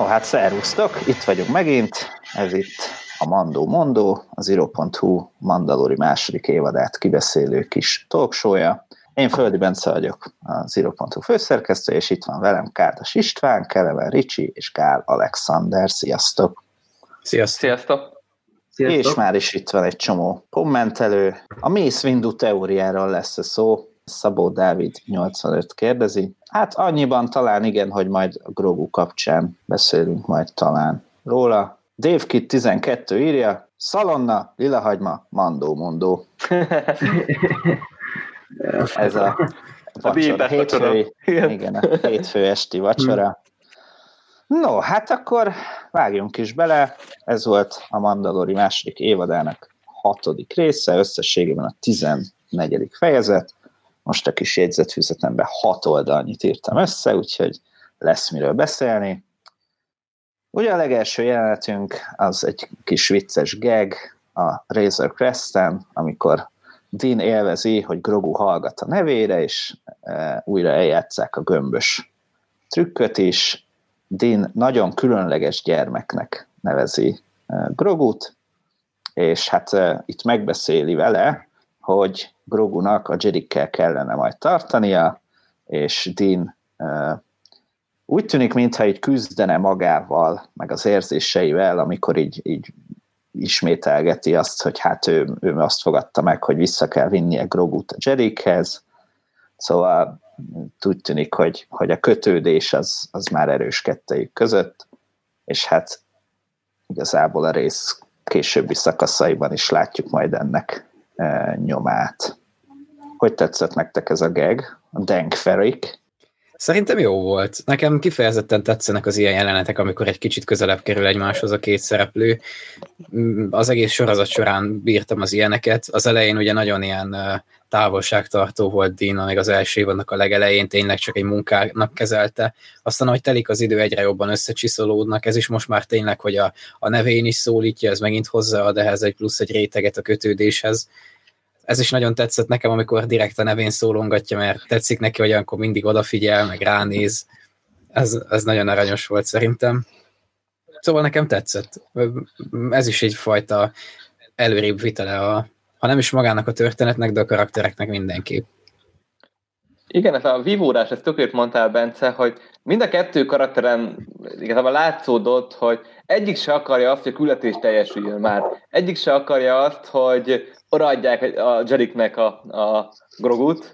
hát szervusztok, itt vagyunk megint, ez itt a Mandó Mondó, az Zero.hu Mandalori második évadát kibeszélő kis talkshow-ja. Én Földi Bence vagyok, a Zero.hu főszerkesztő, és itt van velem Kárdas István, Kelemen Ricsi és Gál Alexander. Sziasztok! Sziasztok! Sziasztok! És már is itt van egy csomó kommentelő. A Mace Windu teóriáról lesz szó. Szabó Dávid 85 kérdezi. Hát annyiban talán igen, hogy majd a Grogu kapcsán beszélünk majd talán róla. Dave Kid 12 írja, Szalonna, Lilahagyma, Mandó Mondó. Ez a vacsora, hétfő esti vacsora. No, hát akkor vágjunk is bele. Ez volt a Mandalori második évadának 6. része, összességében a 14. fejezet. Most a kis jegyzetfüzetemben 6 oldalnyit írtam össze, úgyhogy lesz miről beszélni. Ugye a legelső jelenetünk az egy kis vicces gag a Razor Crest-en, amikor Din élvezi, hogy Grogu hallgat a nevére, és újra eljátsszák a gömbös trükköt is. Din nagyon különleges gyermeknek nevezi Grogut, és hát itt megbeszéli vele, hogy Grogunak a Jedikkel kellene majd tartania, és Din úgy tűnik, mintha így küzdene magával, meg az érzéseivel, amikor így ismételgeti azt, hogy hát ő azt fogadta meg, hogy vissza kell vinnie Grogut a Jedikhez. Szóval úgy tűnik, hogy a kötődés az már erős kettejük között, és hát igazából a rész későbbi szakaszaiban is látjuk majd ennek nyomát. Hogy tetszett nektek ez a gag? A Dank Ferrick? Szerintem jó volt. Nekem kifejezetten tetszenek az ilyen jelenetek, amikor egy kicsit közelebb kerül egymáshoz a két szereplő. Az egész sorozat során bírtam az ilyeneket. Az elején ugye nagyon ilyen távolságtartó volt Din, még az első évadnak a legelején tényleg csak egy munkának kezelte. Aztán, ahogy telik az idő, egyre jobban összecsiszolódnak. Ez is most már tényleg, hogy a nevén is szólítja, ez megint hozzáad ehhez egy plusz egy réteget a kötődéshez. Ez is nagyon tetszett nekem, amikor direkt a nevén szólongatja, mert tetszik neki, hogy akkor mindig odafigyel, meg ránéz. Ez nagyon aranyos volt szerintem. Szóval nekem tetszett. Ez is egyfajta előrébb vitele, ha nem is magának a történetnek, de a karaktereknek mindenképp. Igen, ez a vívórás, ezt tökélet mondtál, Bence, hogy mind a kettő karakteren igazából látszódott, hogy egyik se akarja azt, hogy a küldetés teljesüljön már. Egyik se akarja azt, hogy odaadják a Jediknek a Grogut,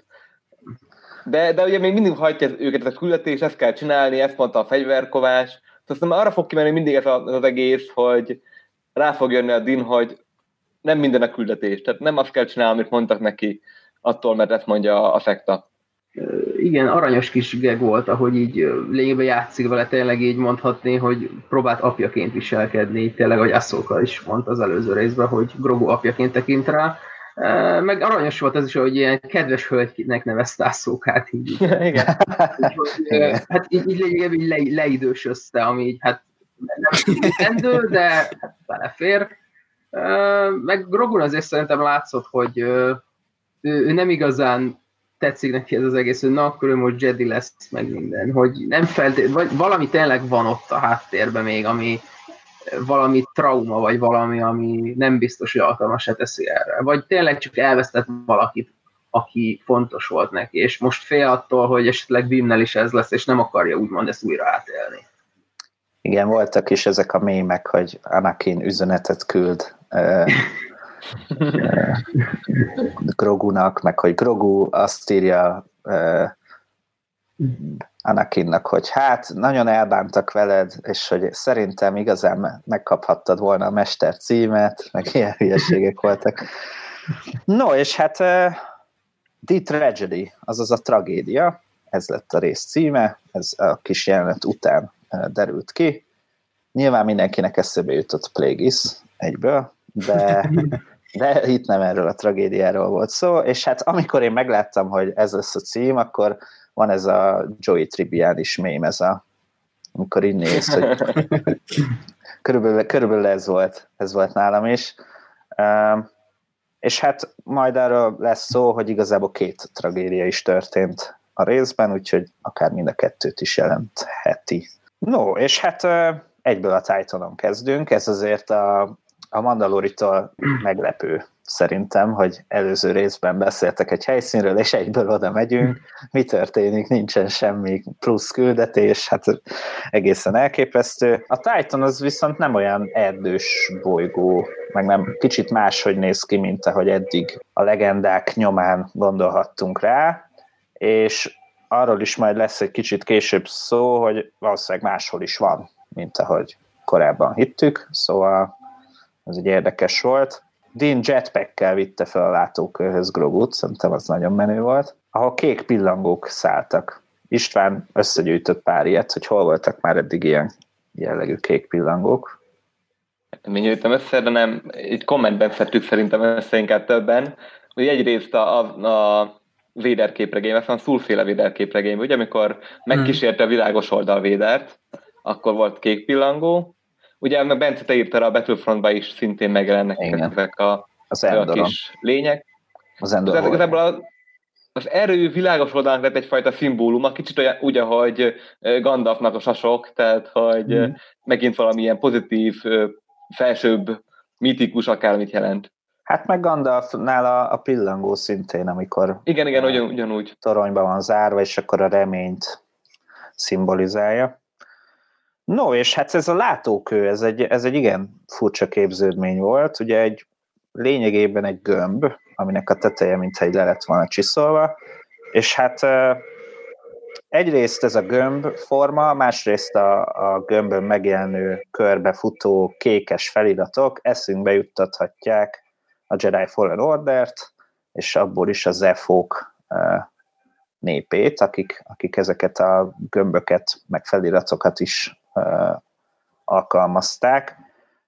de ugye még mindig hagyja őket a küldetés, ezt kell csinálni, ezt mondta a fegyverkovás. Aztán már arra fog kimenni mindig ez az egész, hogy rá fog jönni a Din, hogy nem minden a küldetés. Tehát nem azt kell csinálni, amit mondtak neki attól, mert ezt mondja a szekta. Igen, aranyos kis gag volt, ahogy így lényegben játszik vele, tényleg így mondhatni, hogy próbált apjaként viselkedni, tényleg, ahogy Ahsoka is mondta az előző részben, hogy Grogu apjaként tekint rá. Meg aranyos volt az is, hogy ilyen kedves hölgynek nevezte Ahsokát így. Igen. Hát így lényegében így leidősözte, ami így hát nem endő, de belefér. Meg Grogun azért szerintem látszott, hogy ő nem igazán tetszik neki ez az egész, hogy na, akkor ő most Jedi lesz, meg minden, hogy nem vagy valami tényleg van ott a háttérben még, ami valami trauma, vagy valami, ami nem biztos, hogy alkalmasá teszi erre. Vagy tényleg csak elvesztett valakit, aki fontos volt neki, és most fél attól, hogy esetleg Bimnel is ez lesz, és nem akarja úgymond ezt újra átélni. Igen, voltak is ezek a mémek, hogy Anakin üzenetet küld Grogunak, meg hogy Grogu azt írja Anakinnak, hogy hát nagyon elbántak veled, és hogy szerintem igazán megkaphattad volna a mester címet, meg ilyen hülyeségek voltak. No, és hát The Tragedy, azaz a tragédia, ez lett a rész címe, ez a kis jelenet után derült ki. Nyilván mindenkinek eszébe jutott Plagueis egyből, de itt nem erről a tragédiáról volt szó, és hát amikor én megláttam, hogy ez lesz a cím, akkor van ez a Joey Tribbiani-s mém, amikor így néz, hogy körülbelül ez volt nálam is. És hát majd arról lesz szó, hogy igazából 2 tragédia is történt a részben, úgyhogy akár mind a 2 is jelentheti. No, és hát egyből a Titanon kezdünk, ez azért a Mandaloritól meglepő szerintem, hogy előző részben beszéltek egy helyszínről, és egyből oda megyünk. Mi történik? Nincsen semmi plusz küldetés, hát egészen elképesztő. A Titan az viszont nem olyan erdős bolygó, meg nem kicsit máshogy néz ki, mint ahogy eddig a legendák nyomán gondolhattunk rá, és arról is majd lesz egy kicsit később szó, hogy valószínűleg máshol is van, mint ahogy korábban hittük, szóval ez egy érdekes volt. Dean jetpackkel vitte fel a látókörhöz Grogut, szerintem az nagyon menő volt, ahol kék pillangók szálltak. István összegyűjtött pár ilyet, hogy hol voltak már eddig ilyen jellegű kék pillangók. Mi gyűjtöm össze, de nem, egy kommentben szedtük szerintem össze inkább többen, hogy egyrészt a véderképregény, aztán Szulféle véderképregény, ugye, amikor megkísérte a világos oldalvédert, akkor volt kék pillangó. Ugye, meg Bence, te írtál a Battlefrontban is szintén megjelennek ezek a kis lények. Igazából az erő világos oldalnak lett egyfajta szimbóluma, kicsit olyan, úgy, ahogy Gandalfnak a sasok, tehát, hogy megint valamilyen pozitív, felsőbb, mitikus akármit jelent. Hát meg Gandalfnál a pillangó szintén, amikor igen, ugyanúgy toronyban van zárva, és akkor a reményt szimbolizálja. No, és hát ez a látókő, ez egy igen furcsa képződmény volt, ugye lényegében egy gömb, aminek a teteje mintha le lett volna csiszolva, és hát egyrészt ez a gömb forma, másrészt a gömbön megjelenő körbefutó kékes feliratok eszünkbe juttathatják a Jedi Fallen Ordert, és abból is a Zefók népét, akik ezeket a gömböket, meg feliratokat is alkalmazták.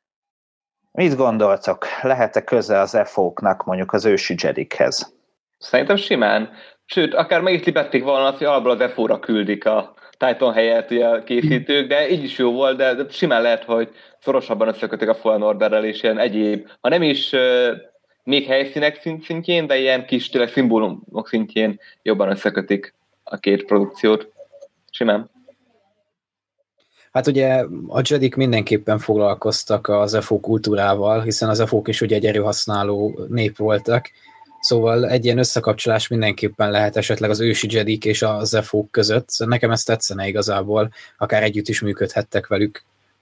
Mit gondoltok? Lehet-e köze az Zefóknak mondjuk az ősi Jedikhez? Szerintem simán. Sőt, akár meg is lipették volna, hogy alapból az Zefóra küldik a Titan helyett ugye a készítők, de így is jó volt, de simán lehet, hogy szorosabban összekötik a Fallen Orderrel és ilyen egyéb, ha nem is még helyszínek szintjén, de ilyen kis tényleg szimbólumok szintjén jobban összekötik a két produkciót. Simán. Hát ugye a Jedik mindenképpen foglalkoztak a Zefó kultúrával, hiszen a Zefók is ugye egy erőhasználó nép voltak, szóval egy ilyen összekapcsolás mindenképpen lehet esetleg az ősi Jedik és a Zefók között. Nekem ez tetszene igazából, akár együtt is működhettek velük.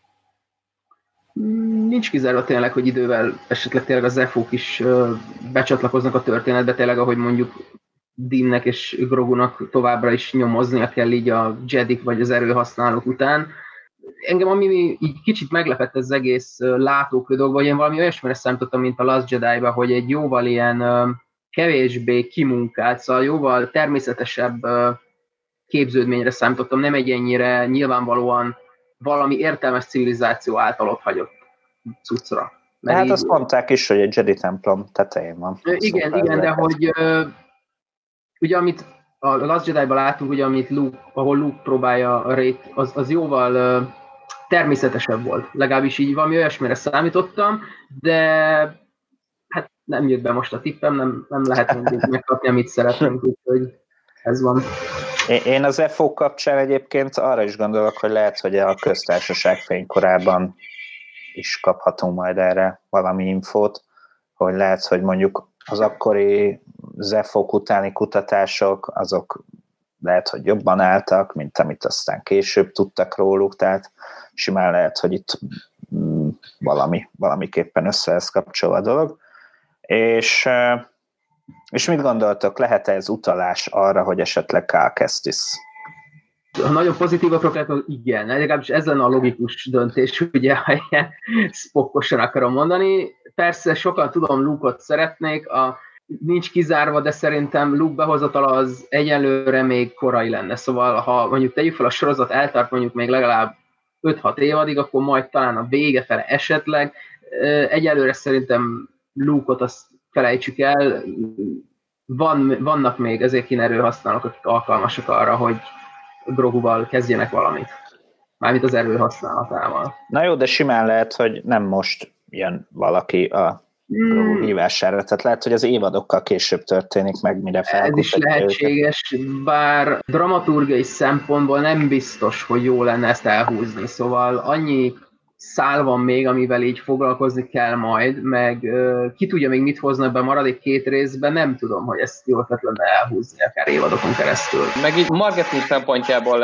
Nincs kizárva tényleg, hogy idővel esetleg tényleg a Zefók is becsatlakoznak a történetbe, tényleg ahogy mondjuk Dinnek és Grogunak továbbra is nyomoznia kell így a Jedik vagy az erőhasználók után. Engem ami így kicsit meglepett az egész látókő dolog, vagy én valami olyasmire számítottam, mint a Last Jedi-ba, hogy egy jóval ilyen kevésbé kimunkált, szóval jóval természetesebb képződményre számítottam, nem egy ennyire nyilvánvalóan valami értelmes civilizáció által ott hagyott cuccra. Hát azt mondták is, hogy egy Jedi templom tetején van. Igen, de hogy ugye amit a Last Jedi-ban látunk, ugye, ahol Luke próbálja a Rey-t, az jóval természetesebb volt. Legalábbis így valami olyasmire számítottam, de hát nem jött be most a tippem, nem lehet mindig megkapni, amit szeretnénk, úgyhogy ez van. Én az FO kapcsán egyébként arra is gondolok, hogy lehet, hogy a köztársaság fénykorában is kaphatunk majd erre valami infót, hogy lehet, hogy mondjuk az akkori Zefók utáni kutatások, azok lehet, hogy jobban álltak, mint amit aztán később tudtak róluk, tehát simán lehet, hogy itt valamiképpen össze lesz kapcsolva a dolog. És mit gondoltok, lehet-e ez utalás arra, hogy esetleg Cal Kestis? Ha nagyon pozitívak akarok, igen, legalábbis ez lenne a logikus döntés, ugye, ha ilyen spokkosan akarom mondani. Persze sokan tudom, Luke-ot szeretnék, nincs kizárva, de szerintem Luke behozatala az egyelőre még korai lenne. Szóval, ha mondjuk tegyük fel a sorozat eltart mondjuk még legalább 5-6 évadig, akkor majd talán a vége fele esetleg. Egyelőre szerintem Luke-ot azt felejtsük el. Vannak még ezért erőhasználók, akik alkalmasak arra, hogy Groguval kezdjenek valamit. Mármint az erőhasználatával. Na jó, de simán lehet, hogy nem most jön valaki a hívására. Tehát lehet, hogy az évadokkal később történik meg, mire felkutatja. Ez is lehetséges, bár dramaturgiai szempontból nem biztos, hogy jó lenne ezt elhúzni. Szóval annyi szál van még, amivel így foglalkozni kell majd, meg ki tudja még mit hoznak be maradék 2 részben, nem tudom, hogy ezt jó ötlet lenne elhúzni akár évadokon keresztül. Meg így marketing szempontjából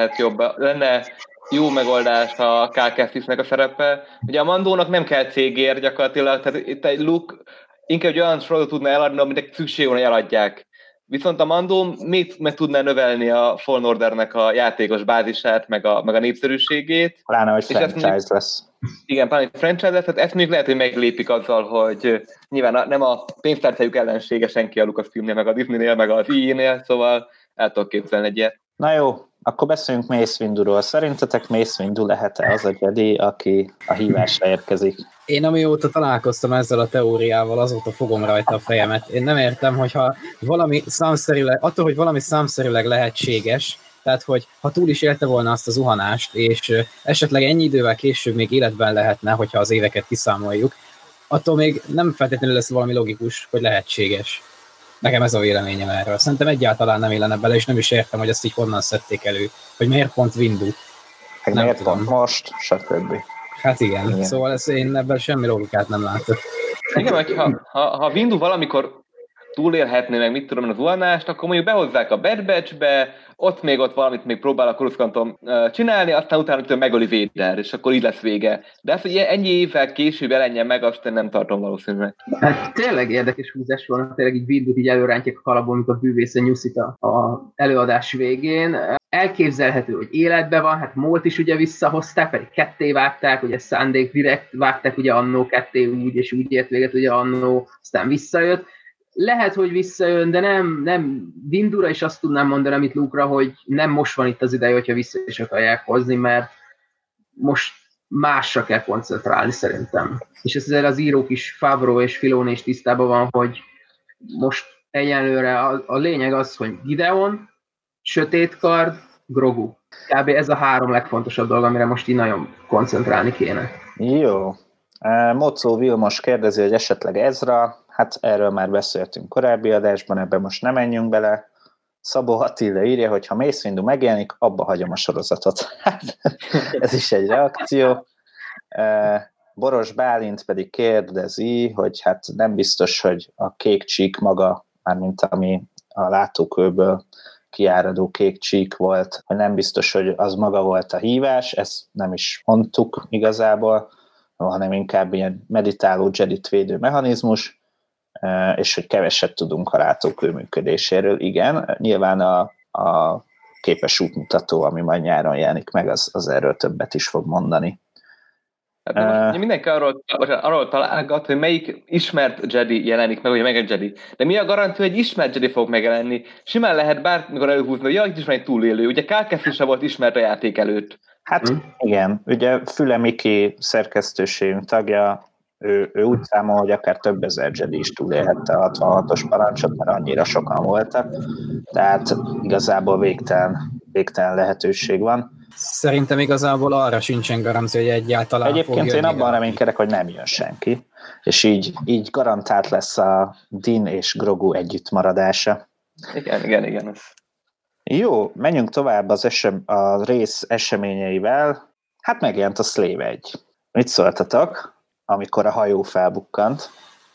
lenne jó megoldás a Cal Kestisnek a szerepe. Ugye a Mandónak nem kell cégért gyakorlatilag, tehát itt egy Luke inkább egy olyan sorozatot tudna eladni, amit szükség van, hogy eladják. Viszont a Mandó még meg tudná növelni a Fallen Ordernek a játékos bázisát, meg a népszerűségét. Pláne, hogy franchise lesz. Igen, pláne, hogy franchise lesz, tehát ezt még lehet, hogy meglépik azzal, hogy nyilván nem a pénztárcájuk ellensége senki a Lucasfilmnél, meg a Disneynél, meg az EA-nél, szóval el tudok képzelni egy ilyet. Na jó, akkor beszéljünk Mace Winduról. Szerintetek Mace Windu lehet-e az a Jedi, aki a hívásra érkezik? Én amióta találkoztam ezzel a teóriával, azóta fogom rajta a fejemet. Én nem értem, hogyha valami számszerűleg, attól, hogy valami számszerűleg lehetséges, tehát, hogy ha túl is élte volna azt a zuhanást, és esetleg ennyi idővel később még életben lehetne, hogyha az éveket kiszámoljuk, attól még nem feltétlenül lesz valami logikus, hogy lehetséges. Nekem ez a véleményem erről. Szerintem egyáltalán nem illene bele, és nem is értem, hogy ezt így honnan szedték elő. Hogy miért pont Windu. Meg miért pont most, stb. Hát igen. Szóval én ebben semmi logikát nem látok. Igen, hogy ha Windu valamikor túlélhetné meg, mit tudom, az zuhanást, akkor mondjuk behozzák a Bad Batch-be, ott valamit még próbál a Coruscanton csinálni, aztán utána megöli Vader, és akkor így lesz vége. De azt, hogy ennyi évvel később jelenjen meg, azt nem tartom valószínűleg. Hát tényleg érdekes húzás van, tényleg így Windut így előrántják a kalapból, mint a bűvész a nyuszit a előadás végén. Elképzelhető, hogy életben van, hát Molt is ugye visszahozták, pedig ketté vágták, ugye szándék direkt vágták ugye annó ketté úgy, és úgy ért véget ugye annó, aztán visszajött. Lehet, hogy visszajön, de nem Windura is azt tudnám mondani, amit Luke-ra, hogy nem most van itt az ideje, hogyha vissza is akarják hozni, mert most másra kell koncentrálni szerintem. És ezzel az írók is, Favreau és Filoni is tisztában van, hogy most egyenlőre a lényeg az, hogy Gideon, Sötétkard, Grogu. Kb. Ez a 3 legfontosabb dolog, amire most így nagyon koncentrálni kéne. Jó. Mocó Vilmos kérdezi, hogy esetleg Ezra. Hát erről már beszéltünk korábbi adásban, ebben most nem menjünk bele. Szabó Attila írja, hogy ha Mace Windu megjelenik, abba hagyom a sorozatot. Hát, ez is egy reakció. Boros Bálint pedig kérdezi, hogy hát nem biztos, hogy a kék csík maga, mármint ami a látókőből kiáradó kék csík volt, hogy nem biztos, hogy az maga volt a hívás, ezt nem is mondtuk igazából, hanem inkább ilyen meditáló Jedit védő mechanizmus, és hogy keveset tudunk a látókő működéséről. Igen, nyilván a képes útmutató, ami majd nyáron jelenik meg, az erről többet is fog mondani. Hát mindenki arról találgat, hogy melyik ismert Jedi jelenik meg, vagy meg egy Jedi. De mi a garancia, hogy egy ismert Jedi fog megjelenni? Simán lehet bármikor előhúzni, hogy itt is van egy túlélő. Ugye Cal Kestis sem volt ismert a játék előtt. Hát igen, ugye Füle Miki szerkesztőségünk tagja, ő úgy számol, hogy akár több ezer Jedi is túlélhette a 66-os parancsot, mert annyira sokan voltak. Tehát igazából végtelen lehetőség van. Szerintem igazából arra sincsen garancia, hogy egyáltalán egyébként én abban reménykedek, hogy nem jön senki, és így garantált lesz a Din és Grogu együttmaradása. Igen. Jó, menjünk tovább a rész eseményeivel. Hát megjelent a Slave 1. Mit szóltatok, amikor a hajó felbukkant?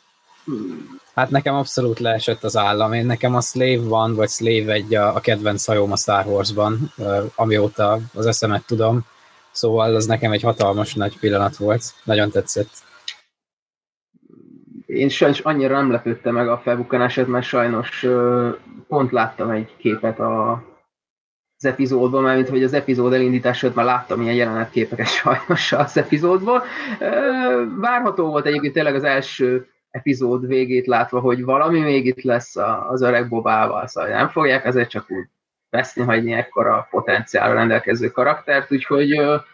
Hát nekem abszolút leesett az állam. Nekem a Slave 1 vagy Slave 1 a kedvenc hajóm a Star Warsban, amióta az eszemet tudom. Szóval az nekem egy hatalmas nagy pillanat volt. Nagyon tetszett. Én sajnos annyira nem lepődtem meg a felbukkanását, mert sajnos pont láttam egy képet az epizódban, mert hogy az epizód elindítását már láttam ilyen jelenetképeket sajnos az epizódból. Várható volt egyébként tényleg az első epizód végét látva, hogy valami még itt lesz az öreg Bobával, szóval nem fogják ezért csak úgy veszni hagyni ekkora potenciálra rendelkező karaktert, úgyhogy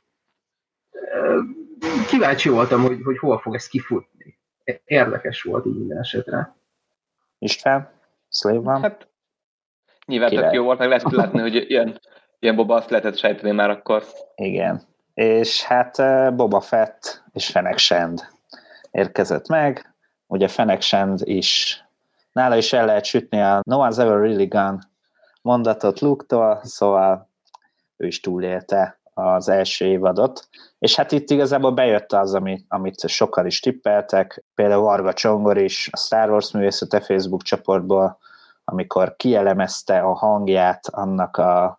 kíváncsi voltam, hogy hol fog ez kifutni. Érdekes volt így minden esetre. István? Slave van? Hát, nyilván tök jó volt, meg lehet látni, hogy ilyen Boba azt lehetett sejteni már akkor. Igen. És hát Boba Fett és Fennec Shand érkezett meg. ugye Fennec Shand is, nála is el lehet sütni a no one's ever really gone mondatot Luke-tól, szóval ő is túlélte az első évadot, és hát itt igazából bejött az, amit sokan is tippeltek, például Varga Csongor is a Star Wars művészete Facebook csoportból, amikor kielemezte a hangját annak a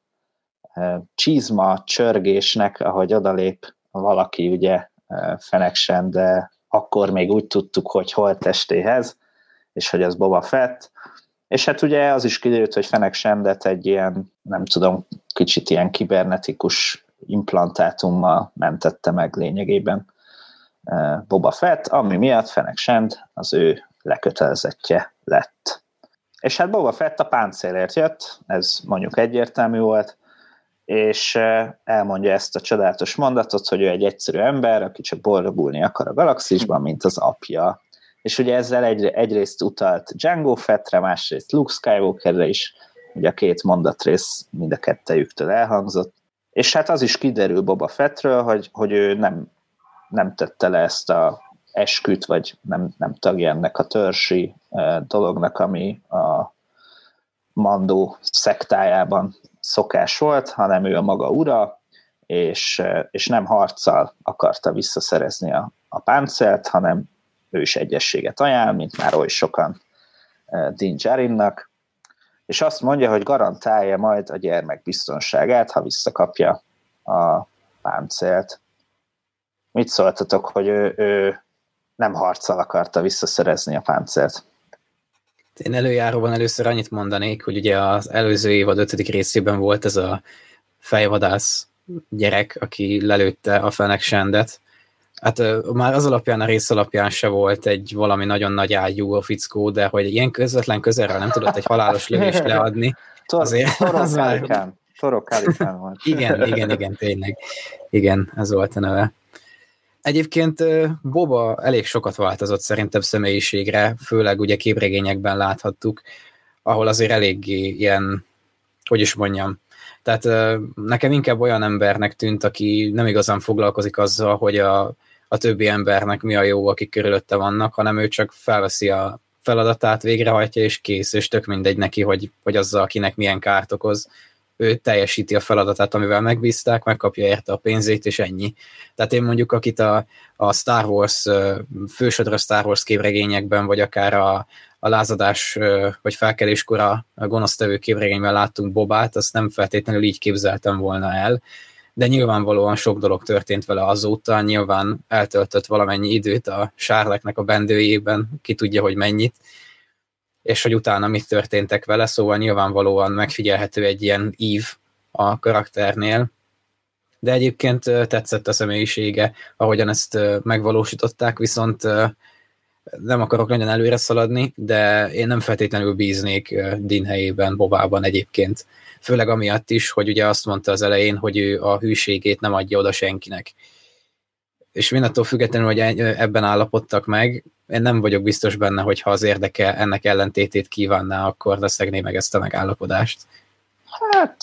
csizma csörgésnek, ahogy odalép valaki, ugye Fennec Shand, de akkor még úgy tudtuk, hogy holttestéhez, és hogy az Boba Fett, és hát ugye az is kiderült, hogy Fennec Shandet egy ilyen, nem tudom, kicsit ilyen kibernetikus implantátummal mentette meg lényegében Boba Fett, ami miatt Fennec Shand az ő lekötelezettje lett. És hát Boba Fett a páncélért jött, ez mondjuk egyértelmű volt, és elmondja ezt a csodálatos mondatot, hogy ő egy egyszerű ember, aki csak boldogulni akar a galaxisban, mint az apja. És ugye ezzel egyrészt utalt Jango Fettre, másrészt Luke Skywalkerre is, ugye a két mondatrész mind a kettejüktől elhangzott. És hát az is kiderül Boba Fettről, hogy ő nem tette le ezt a esküt, vagy nem tagja ennek a törsi dolognak, ami a Mandó szektájában szokás volt, hanem ő a maga ura, és nem harccal akarta visszaszerezni a páncélt, hanem ő is egyességet ajánl, mint már oly sokan Din Djarinnak, és azt mondja, hogy garantálja majd a gyermek biztonságát, ha visszakapja a páncélt. Mit szóltatok, hogy ő nem harccal akarta visszaszerezni a páncélt? Én előjáróban először annyit mondanék, hogy ugye az előző évad 5. részében volt ez a fejvadász gyerek, aki lelőtte a Fennec Shandet. Hát már az alapján, a rész alapján se volt egy valami nagyon nagy ágyú a fickó, de hogy ilyen közvetlen közelről nem tudott egy halálos lövést leadni. Toro Calican volt. Igen, tényleg. Igen, ez volt a neve. Egyébként Boba elég sokat változott szerintem személyiségre, főleg ugye képregényekben láthattuk, ahol azért eléggé ilyen, hogy is mondjam, tehát nekem inkább olyan embernek tűnt, aki nem igazán foglalkozik azzal, hogy a többi embernek mi a jó, akik körülötte vannak, hanem ő csak felveszi a feladatát, végrehajtja, és kész, és tök mindegy neki, hogy azzal, akinek milyen kárt okoz. Ő teljesíti a feladatát, amivel megbízták, megkapja érte a pénzét, és ennyi. Tehát én mondjuk, akit a Star Wars, fősodra Star Wars képregényekben, vagy akár a lázadás, vagy felkeléskor a gonosztevő képregényben láttunk Bobát, azt nem feltétlenül így képzeltem volna el, de nyilvánvalóan sok dolog történt vele azóta, nyilván eltöltött valamennyi időt a Sarlacc-nek a bendőjében, ki tudja, hogy mennyit, és hogy utána mit történtek vele, szóval nyilvánvalóan megfigyelhető egy ilyen ív a karakternél, de egyébként tetszett a személyisége, ahogyan ezt megvalósították, viszont nem akarok nagyon előre szaladni, de én nem feltétlenül bíznék Din helyében, Bobában egyébként. Főleg amiatt is, hogy ugye azt mondta az elején, hogy ő a hűségét nem adja oda senkinek. És mindentől függetlenül, hogy ebben állapodtak meg, én nem vagyok biztos benne, hogy ha az érdeke ennek ellentétét kívánná, akkor leszegné meg ezt a megállapodást. Hát...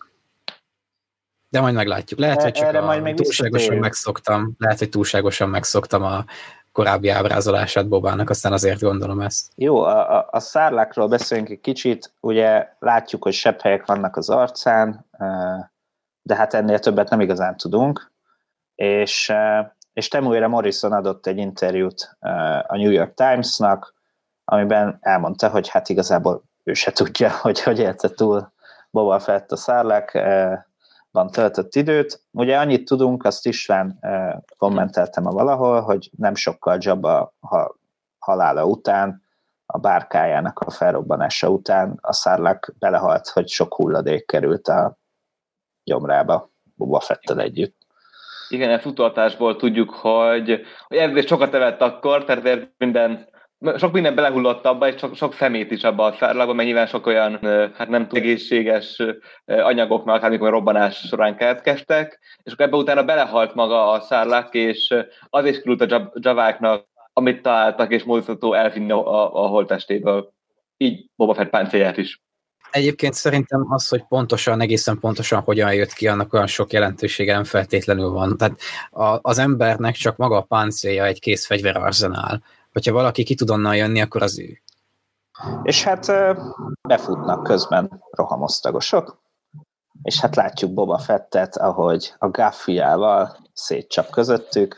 De majd meglátjuk. Lehet, hogy csak túlságosan megszoktam a korábbi ábrázolását Bobának, aztán azért gondolom ezt. Jó, a Sarlaccról beszéljünk egy kicsit, ugye látjuk, hogy sebhelyek vannak az arcán, de hát ennél többet nem igazán tudunk, és Temuera Morrison adott egy interjút a New York Times-nak, amiben elmondta, hogy hát igazából ő se tudja, hogy élte túl Boba Fett a Sarlaccban töltött időt. Ugye annyit tudunk, azt István kommenteltem valahol, hogy nem sokkal Jabba halála után, a bárkájának a felrobbanása után a Sarlacc belehalt, hogy sok hulladék került a gyomrába Boba Fettel együtt. Igen, ezt utaltásból tudjuk, hogy ezért sokat evett akkor, tehát sok minden belehullott abba, és sok szemét is abba a Sarlaccba, mert nyilván sok olyan, hát nem túl egészséges anyagoknak, hát amikor robbanás során keletkeztek, és akkor ebbe utána belehalt maga a Sarlacc, és az is került a Javáknak, amit találtak, és módosítható elfinni a holttestéből. Így Boba Fett páncélját is. Egyébként szerintem az, hogy egészen pontosan hogyan jött ki, annak olyan sok jelentősége nem feltétlenül van. Tehát az embernek csak maga a páncélja egy kész fegyverarzenál, hogyha valaki ki tud onnan jönni, akkor az ő. És hát befutnak közben rohamosztagosok, és hát látjuk Boba Fettet, ahogy a gaffiával szétcsap közöttük.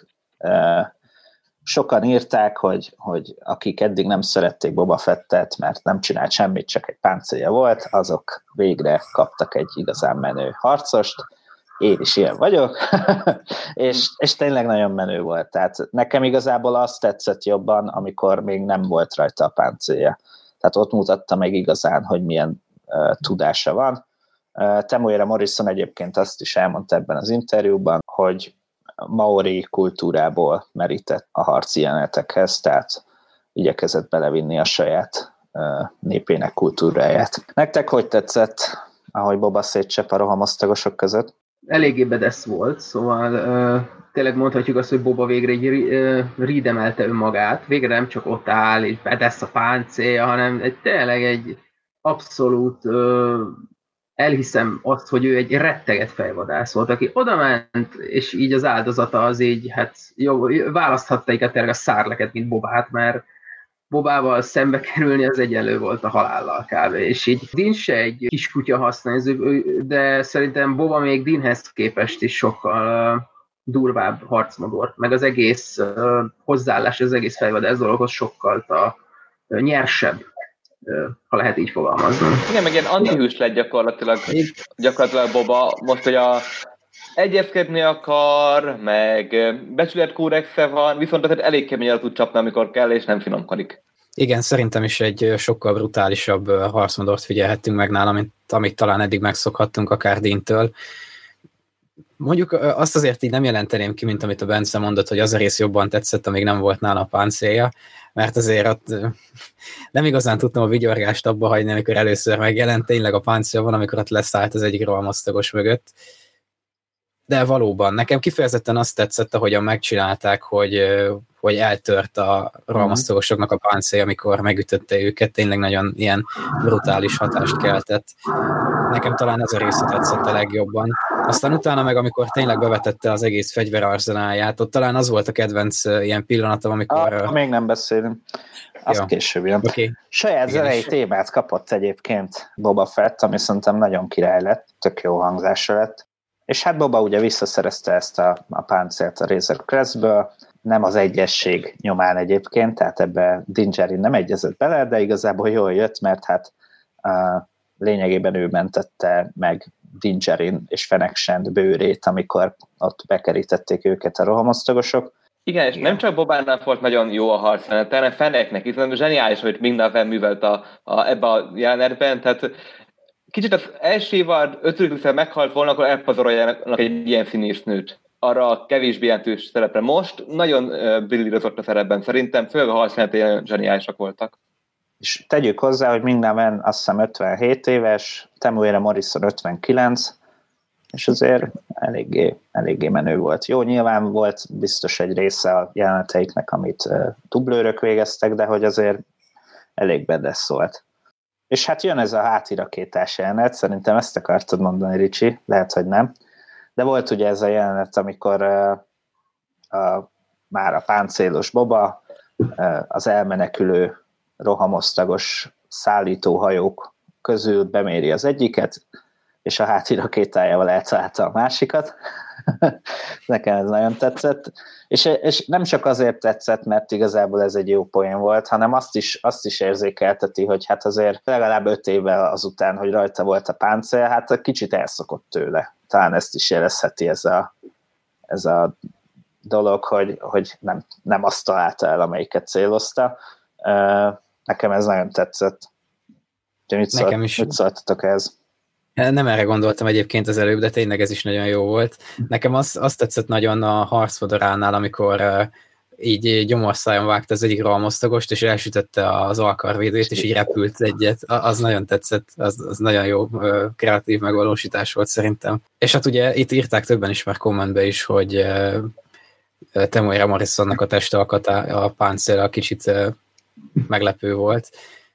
Sokan írták, hogy akik eddig nem szerették Boba Fettet, mert nem csinált semmit, csak egy páncélja volt, azok végre kaptak egy igazán menő harcost. Én is ilyen vagyok, és tényleg nagyon menő volt. Tehát nekem igazából azt tetszett jobban, amikor még nem volt rajta a páncélja. Tehát ott mutatta meg igazán, hogy milyen tudása van. Temuera Morrison egyébként azt is elmondta ebben az interjúban, hogy maori kultúrából merített a harci jelenetekhez, tehát igyekezett belevinni a saját népének kultúráját. Nektek hogy tetszett, ahogy Boba szétcsep a rohamosztagosok között? Eléggé bedesz volt, szóval tényleg mondhatjuk azt, hogy Boba végre egy ridemelte önmagát, végre nem csak ott áll, és bedesz a páncélja, hanem tényleg egy abszolút elhiszem azt, hogy ő egy retteget fejvadász volt, aki oda ment, és így az áldozata az így, hát jó, választhatta tényleg a szárleket, mint Bobát, mert Bobával szembe kerülni az egyenlő volt a halállal kb. És így Din se egy kis kutya használni, de szerintem Boba még Dinhez képest is sokkal durvább harcmodor, meg az egész hozzáállás, az egész fejvadász dologhoz sokkal nyersebb, ha lehet így fogalmazni. Igen, meg ilyen antihős lett gyakorlatilag Boba, most, hogy egyezkedni akar, meg becsületkódexe van, viszont azért elég keményen tud csapni, amikor kell, és nem finomkodik. Igen, szerintem is egy sokkal brutálisabb harcmodort figyelhettünk meg nála, amit talán eddig megszokhattunk akár Dintől. Mondjuk azt azért így nem jelenteném ki, mint amit a Bence mondott, hogy az a rész jobban tetszett, amíg nem volt nála a páncélja, mert azért ott nem igazán tudtam a vigyorgást abba hagyni, amikor először megjelent, tényleg a páncélja van, amikor ott leszállt az egyik rohamosztagos mögött. De valóban, nekem kifejezetten azt tetszett, ahogyan megcsinálták, hogy eltört a rohamosztagosoknak a páncélja, amikor megütötte őket, tényleg nagyon ilyen brutális hatást keltett. Nekem talán ez a része tetszett a legjobban. Aztán utána meg, amikor tényleg bevetette az egész fegyverarzenáját, ott talán az volt a kedvenc ilyen pillanatom, amikor... Még nem beszélünk. Az később jön. Okay. Saját zenei témát kapott egyébként Boba Fett, ami szerintem nagyon király lett, tök jó hangzása lett. És hát Boba ugye visszaszerezte ezt a páncélt a Razor Crestből, nem az egyesség nyomán egyébként, tehát ebbe Din Djarin nem egyezett bele, de igazából jól jött, mert hát lényegében ő mentette meg Din Djarin és Fennec Shand bőrét, amikor ott bekerítették őket a rohamosztagosok. Igen, és nem csak Bobánál volt nagyon jó a harc, hanem Fennecnek is, hanem zseniális, hogy minden művelt ebbe a jelenetben, tehát kicsit az első évad, 5. részben meghalt volna, akkor elpazaroljanak egy ilyen színésznőt arra a kevésbé jelentős szerepre. Most nagyon brillírozott a szerepben, szerintem főleg a harcjelenetei nagyon zseniálisak voltak. És tegyük hozzá, hogy Ming-Na azt hiszem 57 éves, Temuera Morrison 59, és azért eléggé menő volt. Jó, nyilván volt biztos egy része a jeleneteiknek, amit dublőrök végeztek, de hogy azért elég bedesz volt. És hát jön ez a hátirakétás jelenet, szerintem ezt akartad mondani, Ricsi, lehet, hogy nem. De volt ugye ez a jelenet, amikor már a páncélos Boba az elmenekülő rohamosztagos szállítóhajók közül beméri az egyiket, és a hátirakétájával eltalálta a másikat. Nekem ez nagyon tetszett. És nem csak azért tetszett, mert igazából ez egy jó poén volt, hanem azt is érzékelteti, hogy hát azért legalább 5 évvel azután, hogy rajta volt a páncél, hát kicsit elszokott tőle. Talán ezt is jelezheti ez a dolog, hogy nem azt találta el, amelyiket célozta. Nekem ez nagyon tetszett. Mit szóltatok ez? Nem erre gondoltam egyébként az előbb, de tényleg ez is nagyon jó volt. Nekem azt tetszett nagyon a harcfodoránál, amikor így gyomorszájon vágta az egyik rohamosztagost, és elsütötte az alkarvédőt, és így repült egyet. Az nagyon tetszett, az nagyon jó kreatív megvalósítás volt szerintem. És hát ugye itt írták többen is már kommentbe is, hogy Temuera Morrisonnak a testalkata a páncéllal kicsit meglepő volt.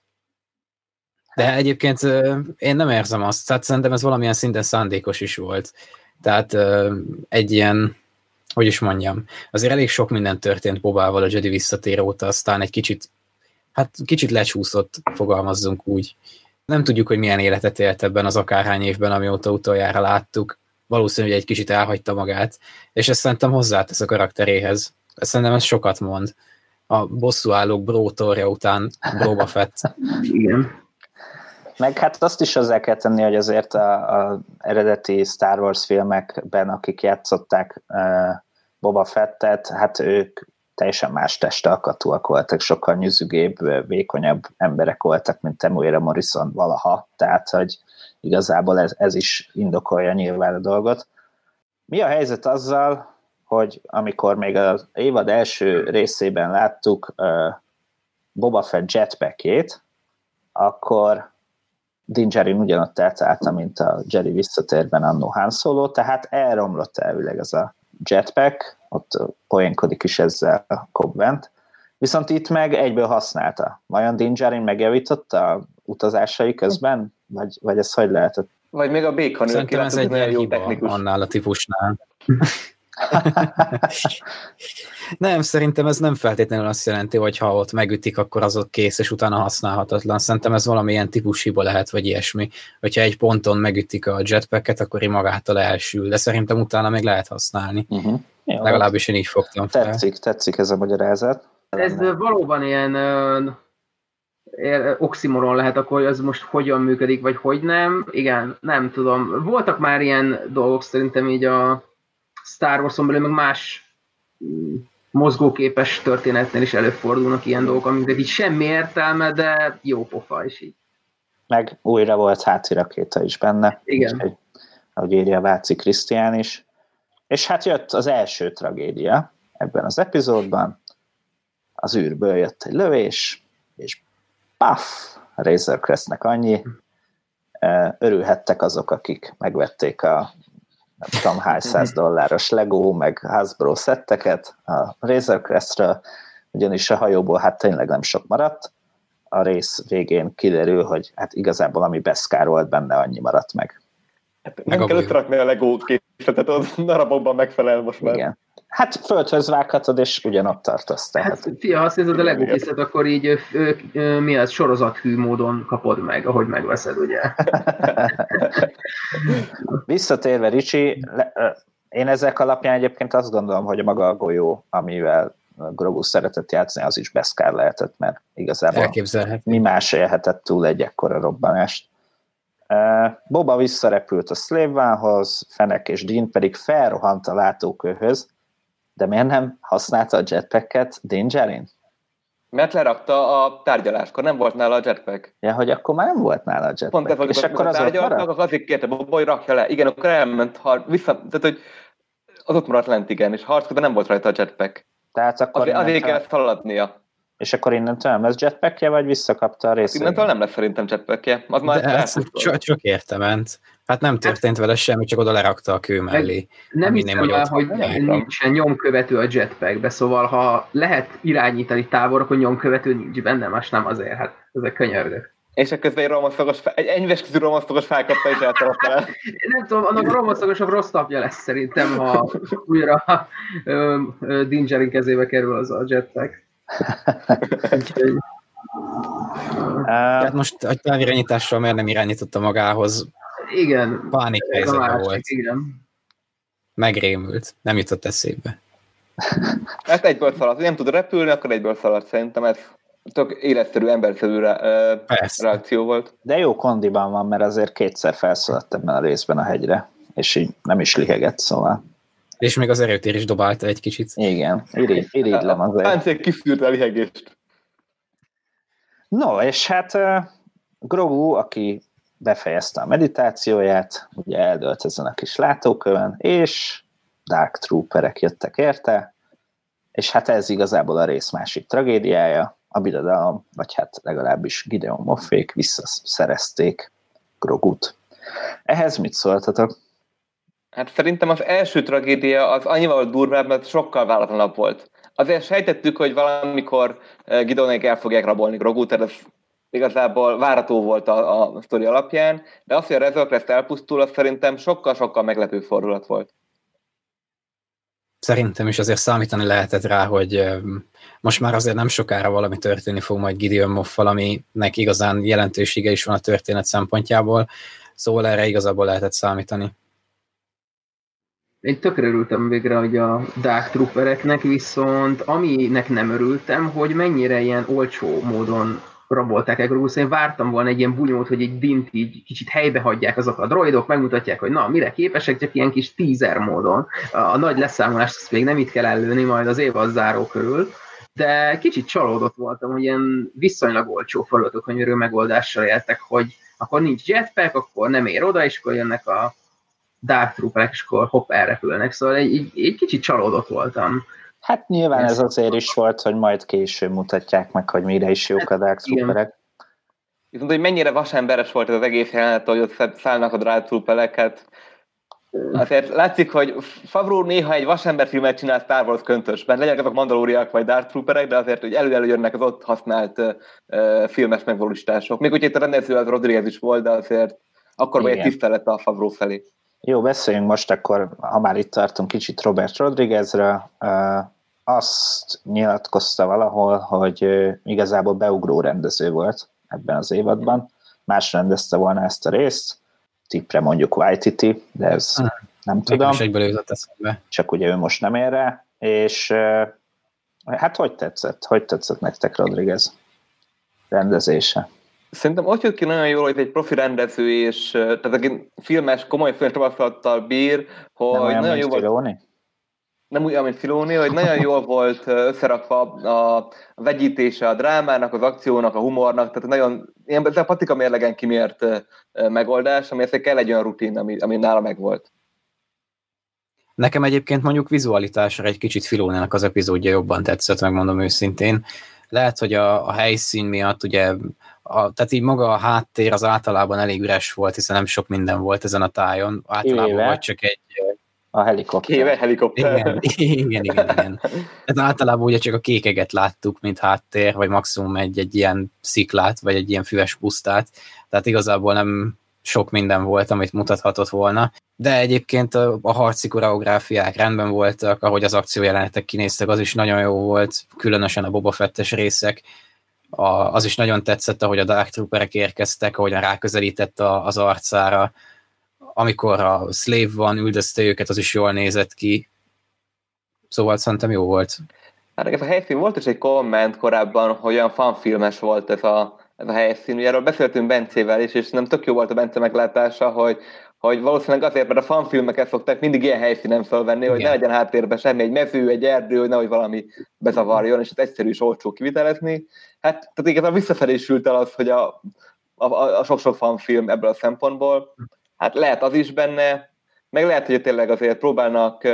De egyébként én nem érzem azt, tehát szerintem ez valamilyen szinten szándékos is volt. Tehát egy ilyen hogy is mondjam, azért elég sok minden történt Bobával a Jedi visszatér óta, aztán egy kicsit lecsúszott, fogalmazzunk úgy. Nem tudjuk, hogy milyen életet élt ebben az akárhány évben, amióta utoljára láttuk. Valószínűleg egy kicsit elhagyta magát, és ezt szerintem hozzátesz a karakteréhez. Szerintem ez sokat mond. A bosszúállók brótorja után Boba Fett. Igen. Meg hát azt is hozzá kell tenni, hogy azért az eredeti Star Wars filmekben, akik játszották Boba Fettet, hát ők teljesen más testalkatúak voltak, sokkal nyüzügébb, vékonyabb emberek voltak, mint Temuera Morrison valaha, tehát hogy igazából ez is indokolja nyilván a dolgot. Mi a helyzet azzal, hogy amikor még az évad első részében láttuk Boba Fett jetpackjét, akkor Din Djarin ugyanott eltalálta, mint a Jedi visszatérben annó Han Solo, tehát elromlott elvileg ez a jetpack, ott poénkodik is ezzel a Cobb Vanth, viszont itt meg egyből használta. Vajon Din Djarin megjavította a utazásai közben? Vagy ez hogy lehetett? Vagy még a Bacon Szerintem ez egy ilyen hiba annál a típusnál. Nem, szerintem ez nem feltétlenül azt jelenti, hogy ha ott megütik, akkor az ott kész, és utána használhatatlan. Szerintem ez valamilyen típushiba lehet, vagy ilyesmi. Hogyha egy ponton megütik a jetpacket, akkor magától elsül, de szerintem utána még lehet használni. Jó, legalábbis én így fogtam fel. Tetszik ez a magyarázat. Ez valóban ilyen oximoron lehet, akkor az most hogyan működik, vagy hogy nem. Igen, nem tudom. Voltak már ilyen dolgok szerintem így a Star Wars-on belül, meg más mozgóképes történetnél is előfordulnak ilyen dolgok, amiknek így semmi értelme, de jó pofa is így. Meg újra volt háti rakéta is benne. Igen. Úgyhogy, ahogy írja Váci Krisztián is. És hát jött az első tragédia ebben az epizódban. Az űrből jött egy lövés, és paff, Razor Crestnek annyi. Örülhettek azok, akik megvették a nem tudom hány $100 Lego, meg Hasbro szetteket a Razor Crestről, ugyanis a hajóból hát tényleg nem sok maradt. A rész végén kiderül, hogy hát igazából ami Beskar volt benne, annyi maradt meg. Hát nem kell összerakni a Lego készletet, az darabokban megfelel most már. Igen. Hát földhöz vághatod, és ugyanott tartasz. Tehát. Hát fia, ha azt nézed a Lego készlet, akkor így mi az, sorozathű módon kapod meg, ahogy megveszed, ugye? Visszatérve, Ricsi, én ezek alapján egyébként azt gondolom, hogy maga a golyó, amivel Grogu szeretett játszani, az is Beskar lehetett, mert igazából mi más élhetett túl egy ekkora robbanást. Boba visszarepült a Slave One-hoz, Fennec és Dean pedig felrohant a látókőhöz, de miért nem használta a jetpacket Din Djarin? Mert lerakta a tárgyaláskor, nem volt nála a jetpack. Ja, hogy akkor már nem volt nála a jetpack. Pont ez volt, és akkor az ott maradt? Azért kérte Boba, hogy rakja le. Igen, akkor elment, tehát hogy az ott maradt lent, igen, és harckor nem volt rajta a jetpack. Tehát akkor azért kellett haladnia. És akkor innentől nem lesz jetpackje, vagy visszakapta a részét? Innentől nem lesz szerintem jetpackje. Az már csak értement. Hát nem történt vele semmi, csak oda lerakta a kő mellé. Nem hiszem el, hogy nincsen nyomkövető a jetpackbe, szóval ha lehet irányítani távolra, akkor nyomkövető nincs benne, más nem azért, hát ezek könyörgök. És közben egy enyvesküző romasztogos felkapta és eltarapta el. Nem tudom, annak a romasztogosabb rossz napja lesz szerintem, ha újra Din Djarin kezébe kerül az a jetpack. Hát most a távirányítással miért nem irányította magához? Igen. Pánik helyzetben volt. Igen. Megrémült. Nem jutott eszébe. Hát egyből szaladt. Nem tud repülni, akkor egyből szaladt. Szerintem ez tök életszerű, emberszerű reakció volt. De jó kondiban van, mert azért kétszer felszaladt ebben a részben a hegyre, és így nem is lihegett, szóval. És még az erőtér is dobálta egy kicsit. Igen, irigylem azért. A páncél kiszűrte a lihegést. No, és hát Grogu, aki befejezte a meditációját, ugye eldőlt ezen a kis látókövön, és Dark Trooperek jöttek érte, és hát ez igazából a rész másik tragédiája, a birodalom, vagy hát legalábbis Gideon Moffék visszaszerezték Grogut. Ehhez mit szóltatok? Hát szerintem az első tragédia az annyival durvább, mert sokkal váratlanabb volt. Azért sejtettük, hogy valamikor Gideonék el fogják rabolni Grogut, tehát ez igazából várható volt a sztori alapján, de az, hogy a Razor Crest elpusztul, az szerintem sokkal-sokkal meglepő fordulat volt. Szerintem is azért számítani lehetett rá, hogy most már azért nem sokára valami történni fog majd Gideon Moffal, aminek igazán jelentősége is van a történet szempontjából, szóval erre igazából lehetett számítani. Én tökre örültem végre, hogy a Dark Troopereknek, viszont aminek nem örültem, hogy mennyire ilyen olcsó módon rabolták el Grogu. Én vártam volna egy ilyen bunyót, hogy egy Dint így kicsit helybe hagyják azok a droidok, megmutatják, hogy na, mire képesek, csak ilyen kis teaser módon. A nagy leszámolást azt még nem itt kell előni, majd az évad záró körül. De kicsit csalódott voltam, hogy ilyen viszonylag olcsó forgatókönyvű megoldással éltek, hogy akkor nincs jetpack, akkor nem ér oda, és akkor jönnek a Dark Trooperek, és akkor hopp, elrepülnek. Szóval egy kicsit csalódott voltam. Hát nyilván ez azért is volt, hogy majd később mutatják meg, hogy mire is jók a Dark Trooperek. Viszont, hogy mennyire vasemberes volt ez az egész jelenet, hogy ott szállnak a Dark Trooperek, hát azért látszik, hogy Favreau néha egy vasemberfilmet csinál Star Wars köntösben, legyenek azok mandalóriak vagy Dark Trooperek, de azért, hogy elő jönnek az ott használt filmes megvalósítások. Még úgy itt a rendező az Rodriguez is volt, de azért akkor vagy egy tisztelet a Favreau felé. Jó, beszéljünk most akkor, ha már itt tartunk, kicsit Robert Rodriguezről. Azt nyilatkozta valahol, hogy igazából beugró rendező volt ebben az évadban. Más rendezte volna ezt a részt. Tippre mondjuk Waititi, de ez nem tudom. Csak ugye ő most nem ér rá. És hát hogy tetszett? Hogy tetszett nektek Rodriguez rendezése? Szerintem ott jött ki nagyon jól, hogy egy profi rendező, és tehát aki filmes, komoly filmes tapasztalattal bír, hogy nem olyan, nagyon jó volt. Nem olyan, mint Filoni, hogy nagyon jól volt összerakva a vegyítése a drámának, az akciónak, a humornak, tehát nagyon ilyen a patika mérlegen kimért megoldás, ami ezért kell egy olyan rutin, ami nála megvolt. Nekem egyébként mondjuk vizualitásra egy kicsit Filónának az epizódja jobban tetszett, megmondom őszintén. Lehet, hogy a helyszín miatt ugye, tehát így maga a háttér az általában elég üres volt, hiszen nem sok minden volt ezen a tájon. Általában vagy csak egy... A helikopter. Igen. Tehát általában ugye csak a kékeget láttuk, mint háttér, vagy maximum egy ilyen sziklát, vagy egy ilyen füves pusztát. Tehát igazából nem sok minden volt, amit mutathatott volna. De egyébként a harci koreográfiák rendben voltak, ahogy az akciójelenetek kinéztek, az is nagyon jó volt, különösen a Boba Fettes részek. Az is nagyon tetszett, ahogy a Dark Trooperek érkeztek, ahogyan ráközelített az arcára. Amikor a Slave van, üldözte őket, az is jól nézett ki. Szóval szerintem jó volt. Hát ez a helyszín volt is egy komment korábban, hogy olyan fanfilmes volt ez a helyszín. Ugye erről beszéltünk Bencével is, és nem tök jó volt a Bence meglátása, hogy valószínűleg azért, mert a fanfilmeket szokták mindig ilyen helyszínen felvenni, hogy ne legyen háttérben semmi, egy mező, egy erdő, hogy nehogy valami bezavarjon, és ez egyszerű és olcsó kivitelezni. Hát tehát igazán visszafelé sült el az, hogy a sok-sok fanfilm ebből a szempontból. Hát lehet az is benne, meg lehet, hogy tényleg azért próbálnak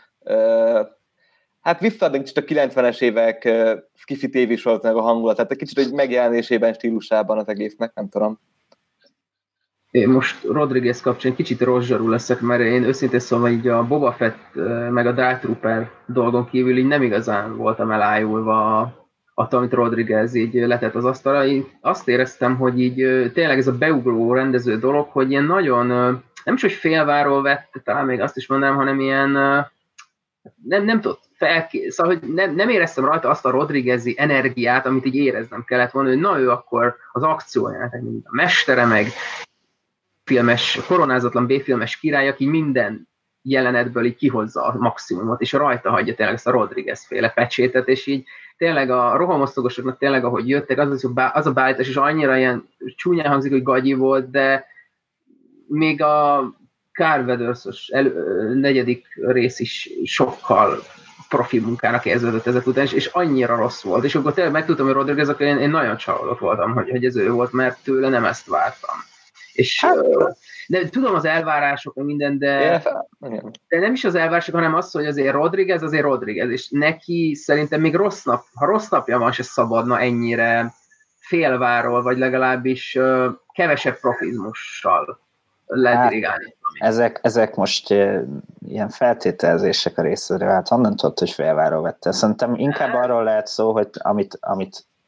hát visszaadni kicsit a 90-es évek skifi tévésorozatnak a hangulatát, egy kicsit egy megjelenésében, stílusában az egésznek, nem tudom. Én most Rodriguez kapcsán kicsit rozsarú leszek, mert én őszintén szóval így a Boba Fett meg a Dark Trooper dolgon kívül így nem igazán voltam elájulva attól, amit Rodriguez így letett az asztalra. Én azt éreztem, hogy így tényleg ez a beugró rendező dolog, hogy ilyen nagyon, nem is, hogy félváról vett, talán még azt is mondanám, hanem ilyen, nem tudott szóval, hogy nem éreztem rajta azt a Rodriguez-i energiát, amit így éreznem kellett volna, hogy na ő akkor az akciójának, mint a mestere, meg filmes, koronázatlan B-filmes király, aki minden jelenetből így kihozza a maximumot, és rajta hagyja tényleg ezt a Rodriguez-féle pecsétet, és így tényleg a rohamosztogosoknak tényleg, ahogy jöttek, az a beállítás is annyira ilyen csúnyán hangzik, hogy gagyi volt, de még a Carl Weathers-os negyedik rész is sokkal profi munkának érződött ezek után, és annyira rossz volt. És akkor tényleg megtudtam, hogy Rodriguez, akkor én nagyon csalódott voltam, hogy ez ő volt, mert tőle nem ezt vártam. És de tudom az elvárások, minden, de nem is az elvárások, hanem az, hogy azért Rodriguez, és neki szerintem még ha rossz napja van, se szabadna ennyire félváról, vagy legalábbis kevesebb profizmussal ledirigálni. Ezek most ilyen feltételezések a részéről, hát honnan tudod, hogy félváról vette? Szerintem inkább arról lehet szó, hogy amit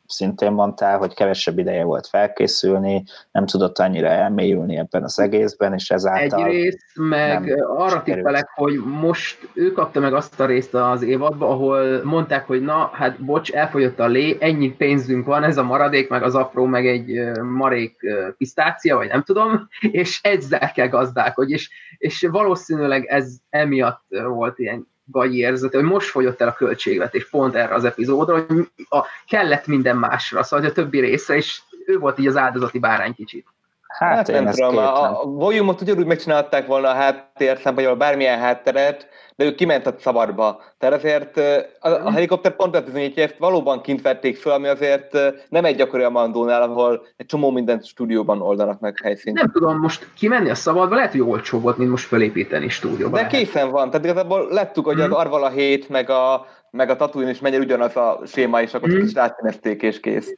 szintén mondtál, hogy kevesebb ideje volt felkészülni, nem tudott annyira elmélyülni ebben az egészben, és ezáltal egyrészt, meg arra tippelek, hogy most ő kapta meg azt a részt az évadba, ahol mondták, hogy na, hát bocs, elfogyott a lé, ennyi pénzünk van, ez a maradék, meg az apró, meg egy marék pisztácia, vagy nem tudom, és ezzel kell gazdálkodni, és valószínűleg ez emiatt volt ilyen gagyi érzete, hogy most fogyott el a költségvetés pont erre az epizódra, hogy kellett minden másra, szóval a többi részre, és ő volt így az áldozati bárány kicsit. Hát nem tudom, a volume-ot ugyanúgy megcsinálták volna a háttérszámban, vagy bármilyen hátteret, de ő kiment a szabadba. Tehát azért a helikopter pont bizonyítja, ezt valóban kint vették föl, ami azért nem egy gyakori a Mandónál, ahol egy csomó mindent stúdióban oldanak meg helyszínt. Nem tudom, most kimenni a szabadba, lehet, hogy olcsóbb volt, mint most felépíteni stúdióban. De készen van, tehát igazából lettük, hogy az Arvala 7, meg a Tatooine is megy ugyanaz a séma, és akkor is rátszínezték, és kész.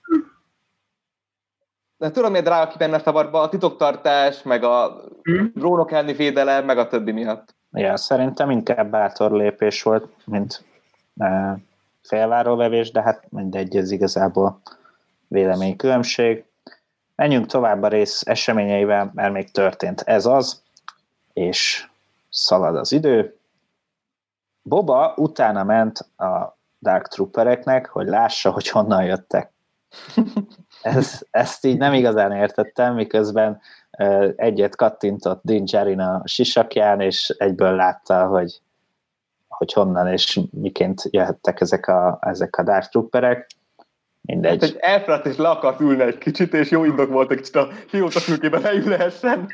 De tudom, hogy drága ki benne szabadba, a titoktartás, meg a drónok elleni védelem, meg a többi miatt. Ja, szerintem inkább bátor lépés volt, mint félváróvevés, de hát mindegy, ez igazából véleménykülönbség. Menjünk tovább a rész eseményeivel, mert még történt ez az, és szalad az idő. Boba utána ment a Dark Troopereknek, hogy lássa, hogy honnan jöttek. Ezt így nem igazán értettem, miközben egyet kattintott Din Djarin a sisakján, és egyből látta, hogy honnan és miként jöhettek ezek a Dark Trooperek. Mindegy. Hát, hogy elfeladt és le akart ülni egy kicsit, és jó indok volt egy kicsit a pilóta fülkében leül lehessen.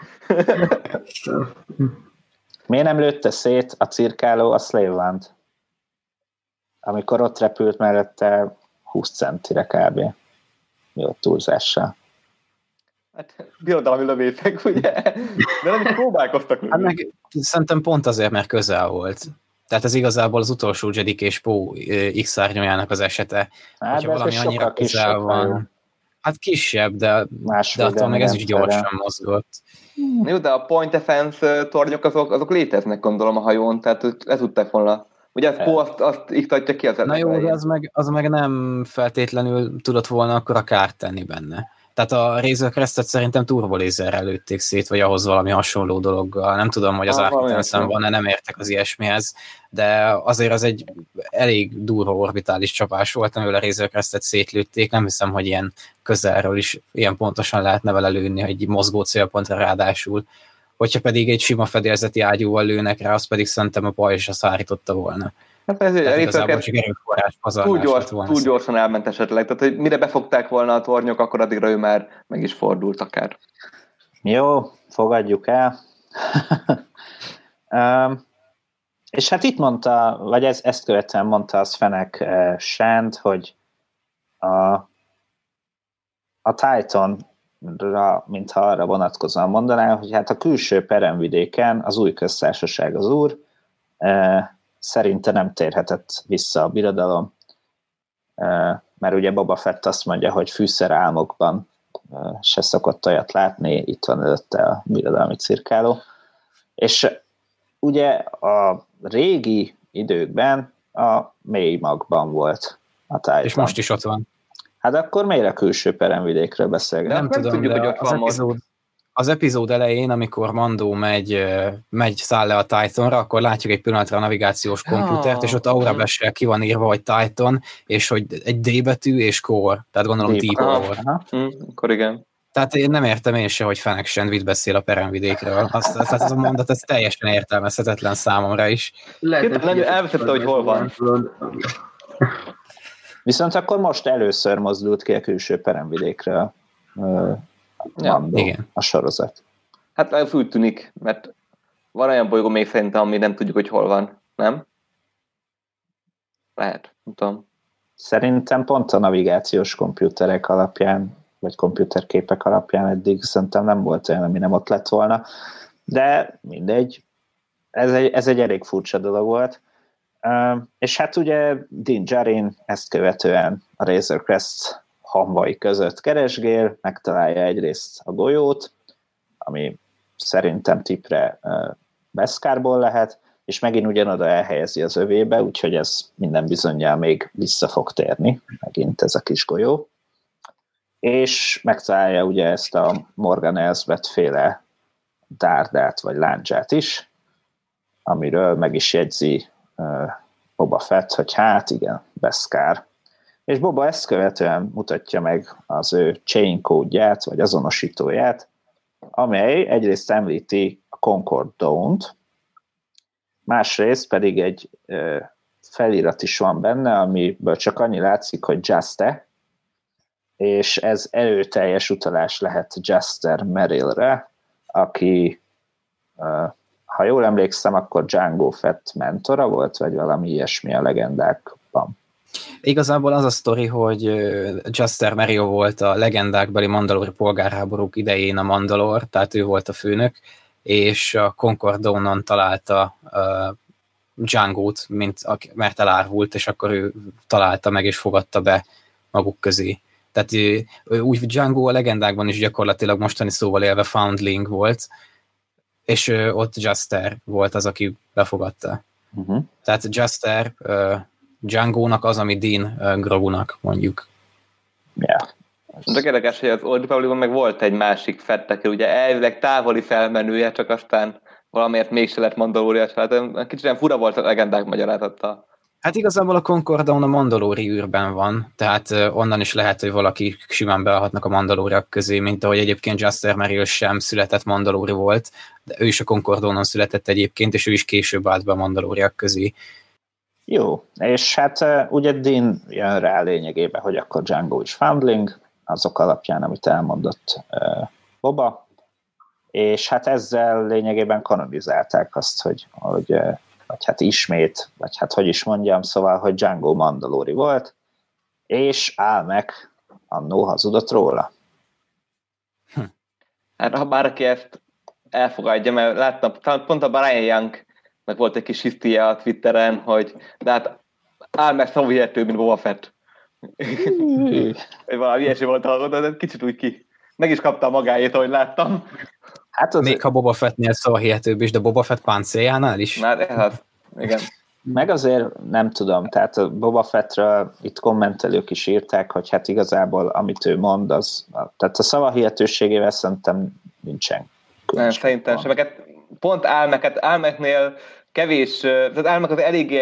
Miért nem lőtte szét a cirkáló a Slave One-t? Amikor ott repült mellette 20 centire kb. Jó túlzással. Hát birodalmi lövészek, ugye? De nem is próbálkoztak lőni. Hát meg szerintem pont azért, mert közel volt. Tehát ez igazából az utolsó Jedi és Poe X-szárnyójának az esete. Hát, hogyha valami annyira közel van. Hát kisebb, de attól meg ez is gyorsan mozgott. Jó, de a Point Defense tornyok azok léteznek, gondolom, a hajón, tehát ez tudták volna. Ugye ez Poe azt iktatja ki az Na jó, de az meg nem feltétlenül tudott volna akkor a kárt tenni benne. Tehát a Razor Crestet szerintem turbolézerrel lőtték szét, vagy ahhoz valami hasonló dologgal. Nem tudom, hogy az Arquitens-en van-e, nem értek az ilyesmihez, de azért az egy elég durva orbitális csapás volt, amivel a Razor Crestet szétlőtték. Nem hiszem, hogy ilyen közelről is ilyen pontosan lehetne vele lőni, egy mozgó célpontra ráadásul. Hogyha pedig egy sima fedélzeti ágyúval lőnek rá, az pedig szerintem a pajzs szárította volna. Hát ez igazából csak erőforrás túl gyorsan elment esetleg. Tehát, hogy mire befogták volna a tornyok, akkor addigra ő már meg is fordult akár. Jó, fogadjuk el. És hát itt mondta, vagy ezt követően mondta az Fennec Shand, hogy a Titanra, mintha arra vonatkozóan mondaná, hogy hát a külső peremvidéken az új köztársaság az úr, szerinte nem térhetett vissza a birodalom, mert ugye Boba Fett azt mondja, hogy fűszerálmokban se szokott olyat látni, itt van előtte a birodalmi cirkáló. És ugye a régi időkben a mély magban volt a Titan. És most is ott van. Hát akkor miért a külső peremvidékről beszélgetünk? Nem tudom, tudjuk, de az epizód elején, amikor Mando száll le a Titanra, akkor látjuk egy pillanatra a navigációs komputert, és ott aurabessel ki van írva, hogy Titan, és hogy egy D betű és Core. Tehát gondolom Deep Core. Akkor igen. Tehát én nem értem én se, hogy Fennec Shand mit beszél a peremvidékről. Tehát ez a mondat, ez teljesen értelmezhetetlen számomra is. Elveszette, hogy hol van. Viszont akkor most először mozdult ki a külső peremvidékről igen. A sorozat. Hát ez úgy tűnik, mert van olyan bolygó még szerintem, ami nem tudjuk, hogy hol van, nem? Lehet, nem tudom. Szerintem pont a navigációs komputerek alapján, vagy komputerképek alapján eddig szerintem nem volt olyan, ami nem ott lett volna. De mindegy, ez egy elég furcsa dolog volt. És hát ugye Din Djarin ezt követően a Razor Crest hamvai között keresgél, megtalálja egyrészt a golyót, ami szerintem tipre Beskárból lehet, és megint ugyanoda elhelyezi az övébe, úgyhogy ez minden bizonnyal még vissza fog térni, megint ez a kis golyó. és megtalálja ugye ezt a Morgan Elsbeth féle dárdát vagy lándzsát is, amiről meg is jegyzi Boba Fett, hogy hát igen, Beskar. És Boba ezt követően mutatja meg az ő chain kódját, vagy azonosítóját, amely egyrészt említi a Concord Dawn-t, másrészt pedig egy felirat is van benne, amiből csak annyi látszik, hogy Juste, és ez erőteljes utalás lehet Juster Merrillre, aki, ha jól emlékszem, akkor Jango Fett mentora volt, vagy valami ilyesmi a legendákban. Igazából az a sztori, hogy Juster Merrill volt a legendákbeli mandalori polgárháborúk idején a Mandalor, tehát ő volt a főnök, és a Concord Dawn-on találta Jango-t, mert elárvult, és akkor ő találta meg és fogadta be maguk közé. Tehát úgy Jango a legendákban is gyakorlatilag mostani szóval élve foundling volt, és ott Juster volt az, aki befogadta. Uh-huh. Tehát Juster Django-nak az, ami Dean Grogunak mondjuk. Yeah. De érdekes, hogy az Old Republicban meg volt egy másik Fettekkel, ugye elvileg távoli felmenője, csak aztán valamiért mégse lett Mandalorian, hát kicsit ilyen fura volt a legendák magyarázata. Hát igazából a Concord Dawn a mandalóri űrben van, tehát onnan is lehet, hogy valaki simán beállhatnak a mandalóriak közé, mint ahogy egyébként Juster Merrill sem született mandalóri volt, de ő is a Concord Dawn-on született egyébként, és ő is később állt be a mandalóriak közé. Jó, és hát ugye Dean jön rá lényegében, hogy akkor Jango is foundling, azok alapján, amit elmondott Boba, és hát ezzel lényegében kanonizálták azt, hogy hát ismét, vagy hát hogy is mondjam, szóval, hogy Jango mandalóri volt, és Almec annó hazudott róla. Hát ha bárki ezt elfogadja, mert láttam, pont a Brian Youngnak volt egy kis hisztie a Twitteren, hogy de hát Almec szavahihető, mint Boba Fett. Valami ilyesmi volt hallgató, de kicsit úgy ki. Meg is kapta magáét, ahogy láttam. Hát még ha Boba Fettnél szavahihetőbb is, de Boba Fett páncéljánál is? Na, ez igen. Meg azért nem tudom, tehát a Boba Fettről itt kommentelők is írták, hogy hát igazából amit ő mond, tehát a szavahihetőségével szerintem nincsen. Nem, szerintem sem. Pont Almecnél kevés, tehát Almec az eléggé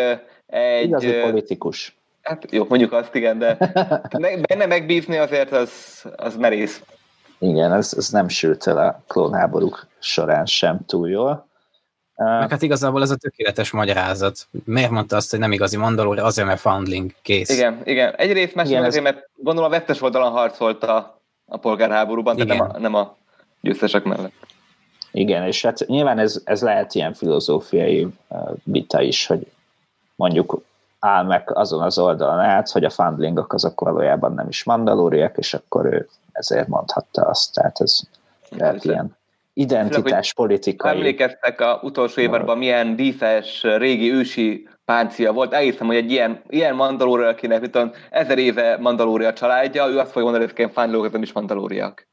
egy igazi politikus. Hát jó, mondjuk azt, igen, de benne megbízni azért az merész. Igen, ez nem sült el a klónháborúk során sem túl jól. Meg hát igazából ez a tökéletes magyarázat. Miért mondta azt, hogy nem igazi mandalóri, azért, mert foundling, kész. Igen. Egyrészt másrészt azért, mert gondolom a vesztes oldalon harcolt a polgárháborúban, tehát nem a győztesek mellett. Igen, és hát nyilván ez lehet ilyen filozófiai vita is, hogy mondjuk Almec azon az oldalon át, hogy a foundlingok azok valójában nem is mandalóriak, és akkor ő ezért mondhatta azt. Tehát ez lehet ilyen identitáspolitikai. Emlékeztek az utolsó évadban milyen díszes, régi ősi páncia volt. Elhiszem, hogy egy ilyen mandalória, akinek 1000 éve mandalória családja, ő azt fogja mondani, hogy foundlingok nem is mandalóriak.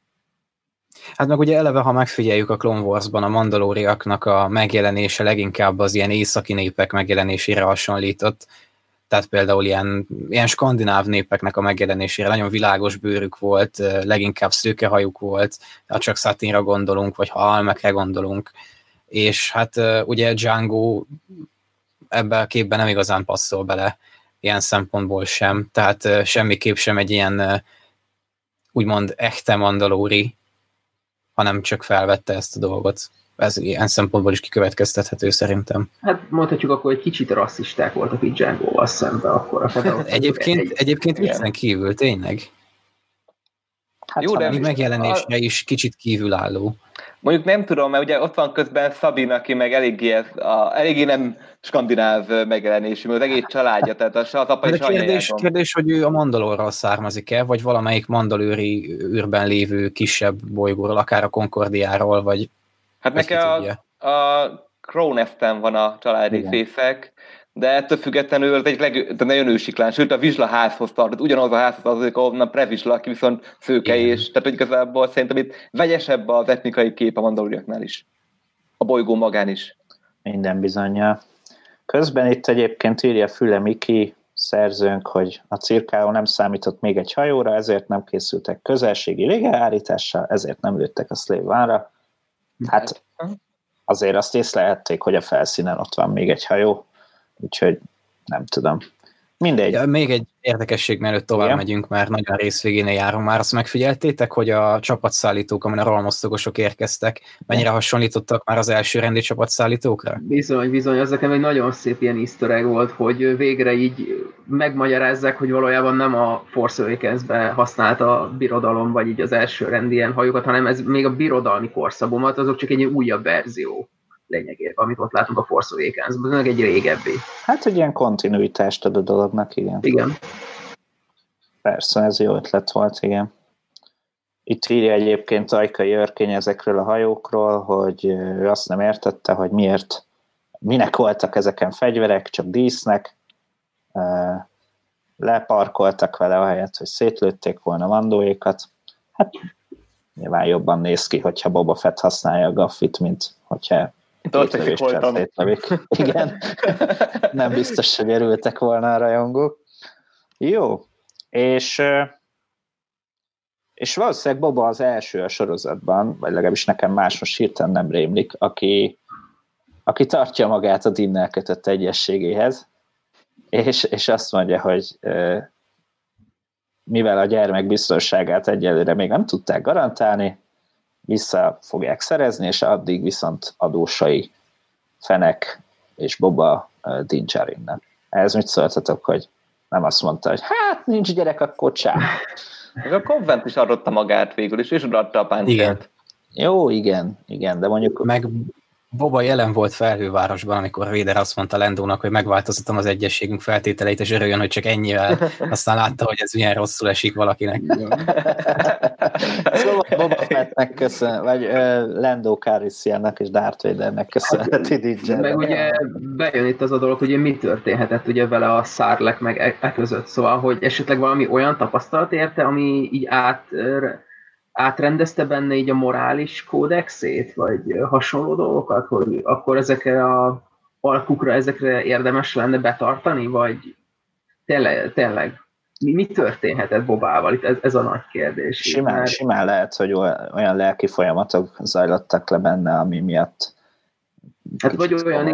Hát meg ugye eleve, ha megfigyeljük a Clone Wars-ban, a mandalóriaknak a megjelenése leginkább az ilyen északi népek megjelenésére hasonlított. Tehát például ilyen skandináv népeknek a megjelenésére nagyon világos bőrük volt, leginkább szőkehajuk volt, ha csak Satinra gondolunk, vagy ha Almecre gondolunk. És hát ugye Jango ebben a képben nem igazán passzol bele ilyen szempontból sem. Tehát semmiképp sem egy ilyen úgymond echte mandalóri, hanem csak felvette ezt a dolgot. Ez ilyen szempontból is kikövetkeztethető szerintem. Hát mondhatjuk akkor, hogy kicsit rasszisták voltak itt Django-val szemben akkor. Egyébként viccen kívül, tényleg. Hát jó, de megjelenésre is kicsit kívülálló. Mondjuk nem tudom, mert ugye ott van közben Sabine, aki meg eléggé nem skandináv megjelenésű, mert az egész családja, tehát az apa is kérdés, hogy ő a Mandalorral származik-e, vagy valamelyik mandalőri űrben lévő kisebb bolygóról, akár a Concordiáról, vagy hát neki a Crow-Nesten van a családi fészek, de ettől függetlenül az egy nagyon ősiklán, sőt a Vizsla házhoz tartott, ugyanaz a házhoz tartozik, ahonnan Previsla, aki viszont szőke, és tehát igazából szerintem itt vegyesebb az etnikai kép a mandaloriaknál is. A bolygó magán is. Minden bizonnyal. Közben itt egyébként írja Füle Miki, szerzőnk, hogy a cirkáló nem számított még egy hajóra, ezért nem készültek közelségi légeállítással, ezért nem lőttek a Slave One-ra. Hát azért azt észlelhették, hogy a felszínen ott van még egy hajó, úgyhogy nem tudom. Mindegy. Ja, még egy érdekesség, mielőtt tovább megyünk, mert nagyon részvégénél járunk már. Azt megfigyeltétek, hogy a csapatszállítók, amin a rohamosztogosok érkeztek, mennyire hasonlítottak már az első rendi csapatszállítókra? Bizony, az nekem egy nagyon szép ilyen easter egg volt, hogy végre így megmagyarázzák, hogy valójában nem a Force Awakens-ben használta a birodalom, vagy így az első rendi ilyen hajókat, hanem ez még a birodalmi korszabomat, azok csak egy újabb verzió lényegében, amit ott látunk a Force Awakens-ben, meg egy régebbi. Hát, hogy ilyen kontinuitást ad a dolognak, igen. Igen. Persze, ez jó ötlet volt, igen. Itt írja egyébként Ajkai Örkény ezekről a hajókról, hogy ő azt nem értette, hogy minek voltak ezeken fegyverek, csak dísznek, leparkoltak vele ahelyett, hogy szétlőtték volna mandóékat. Hát nyilván jobban néz ki, hogyha Boba Fett használja a gaffit, mint hogyha szétlövik. Igen, nem biztos, hogy örültek volna a rajongók. Jó, és valószínűleg Boba az első a sorozatban, vagy legalábbis nekem másos hirtelen nem rémlik, aki tartja magát a Deannel kötött egyességéhez, és azt mondja, hogy mivel a gyermek biztonságát egyelőre még nem tudták garantálni, vissza fogják szerezni, és addig viszont adósai Fennec és Boba Din Djarinnek. Ehhez mit szóltatok, hogy nem azt mondta, hogy hát nincs gyerek, akkor csá. A Convent is adotta magát végül is, és odaadta a páncélt. Jó, igen, de mondjuk... Meg Boba jelen volt Felhővárosban, amikor Vader azt mondta Landónak, hogy megváltoztatom az egyességünk feltételeit, és örüljön, hogy csak ennyivel. Aztán látta, hogy ez milyen rosszul esik valakinek. Szóval Boba Fettnek köszön, vagy Lando Calrissiannak és Darth Vadernek köszönheti Din. Meg ugye bejön itt az a dolog, hogy mi történhetett ugye vele a Sarlacc meg között. Szóval, hogy esetleg valami olyan tapasztalat érte, ami így átrendezte benne így a morális kódexét, vagy hasonló dolgokat, hogy akkor ezekre a alkukra, ezekre érdemes lenne betartani, vagy tényleg mi történhetett Bobával? Itt ez a nagy kérdés. Simán lehet, hogy olyan lelki folyamatok zajlottak le benne, ami miatt hát vagy olyan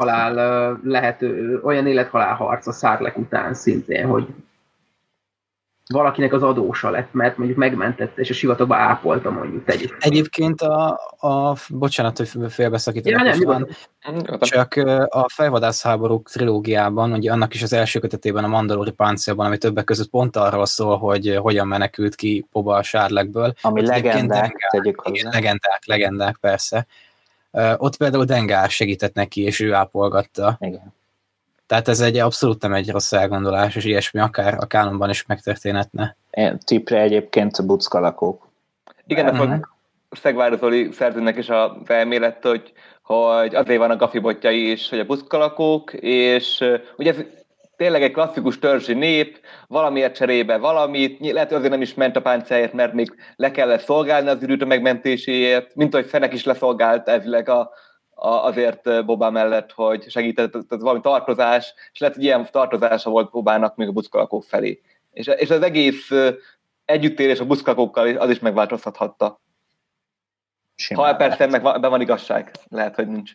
élethalál harc a Sarlacc után szintén, hogy valakinek az adósa lett, mert mondjuk megmentette, és a sivatagba ápolta, mondjuk tegyük. Egyébként bocsánat, hogy félbeszakítom, csak a Fejvadászháborúk trilógiában, ugye annak is az első kötetében a Mandalori páncélban, ami többek között pont arról szól, hogy hogyan menekült ki Boba a Sarlaccből. Ami legendák, tegyük hozzá. Legendák, persze. Ott például Dengar segített neki, és ő ápolgatta. Igen. Tehát ez abszolút nem egy rossz elgondolás, és ilyesmi akár a kánonban is megtörténhetne. Tipre egyébként a buckalakók. Igen, akkor Szegvári Zoli szerzőnek is a felmélet, hogy azért van a gafibotjai is, hogy a buckalakók, és ugye ez tényleg egy klasszikus törzsi nép, valamiért cserébe valamit, lehet, hogy azért nem is ment a páncáért, mert még le kellett szolgálni az időt a megmentéséért, mint ahogy Fennec is leszolgált elvileg azért Boba mellett, hogy segített, tehát valami tartozás, és lehet, hogy ilyen tartozása volt Bobának még a buckalakók felé. És az egész együttélés a buckalakókkal az is megváltoztathatta. Ha persze be van igazság, lehet, hogy nincs.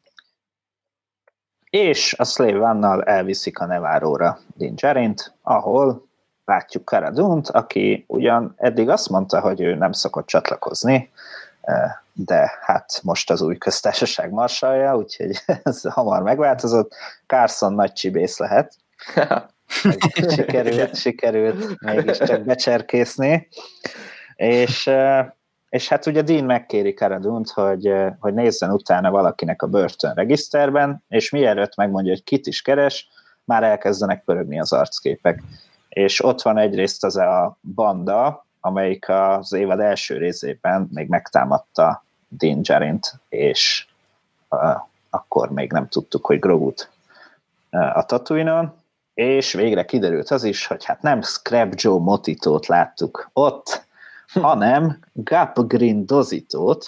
És a Slave One-nal elviszik a Nevarróra Din Djarint, ahol látjuk Cara Dune-t, aki ugyan eddig azt mondta, hogy ő nem szokott csatlakozni, de hát most az új köztársaság marsalja, úgyhogy ez hamar megváltozott. Carson nagy csibész lehet. Sikerült mégiscsak becserkészni. És hát ugye Dean megkéri Cara Dune-t, hogy nézzen utána valakinek a börtönregiszterben, és mielőtt megmondja, hogy kit is keres, már elkezdenek pörögni az arcképek. És ott van egyrészt az a banda, amelyik az évad első részében még megtámadta Din Djarint, és akkor még nem tudtuk, hogy Grogut a Tatooine-on, és végre kiderült az is, hogy hát nem Scrap Joe Motitót láttuk ott, hanem Gap Green Dozitót,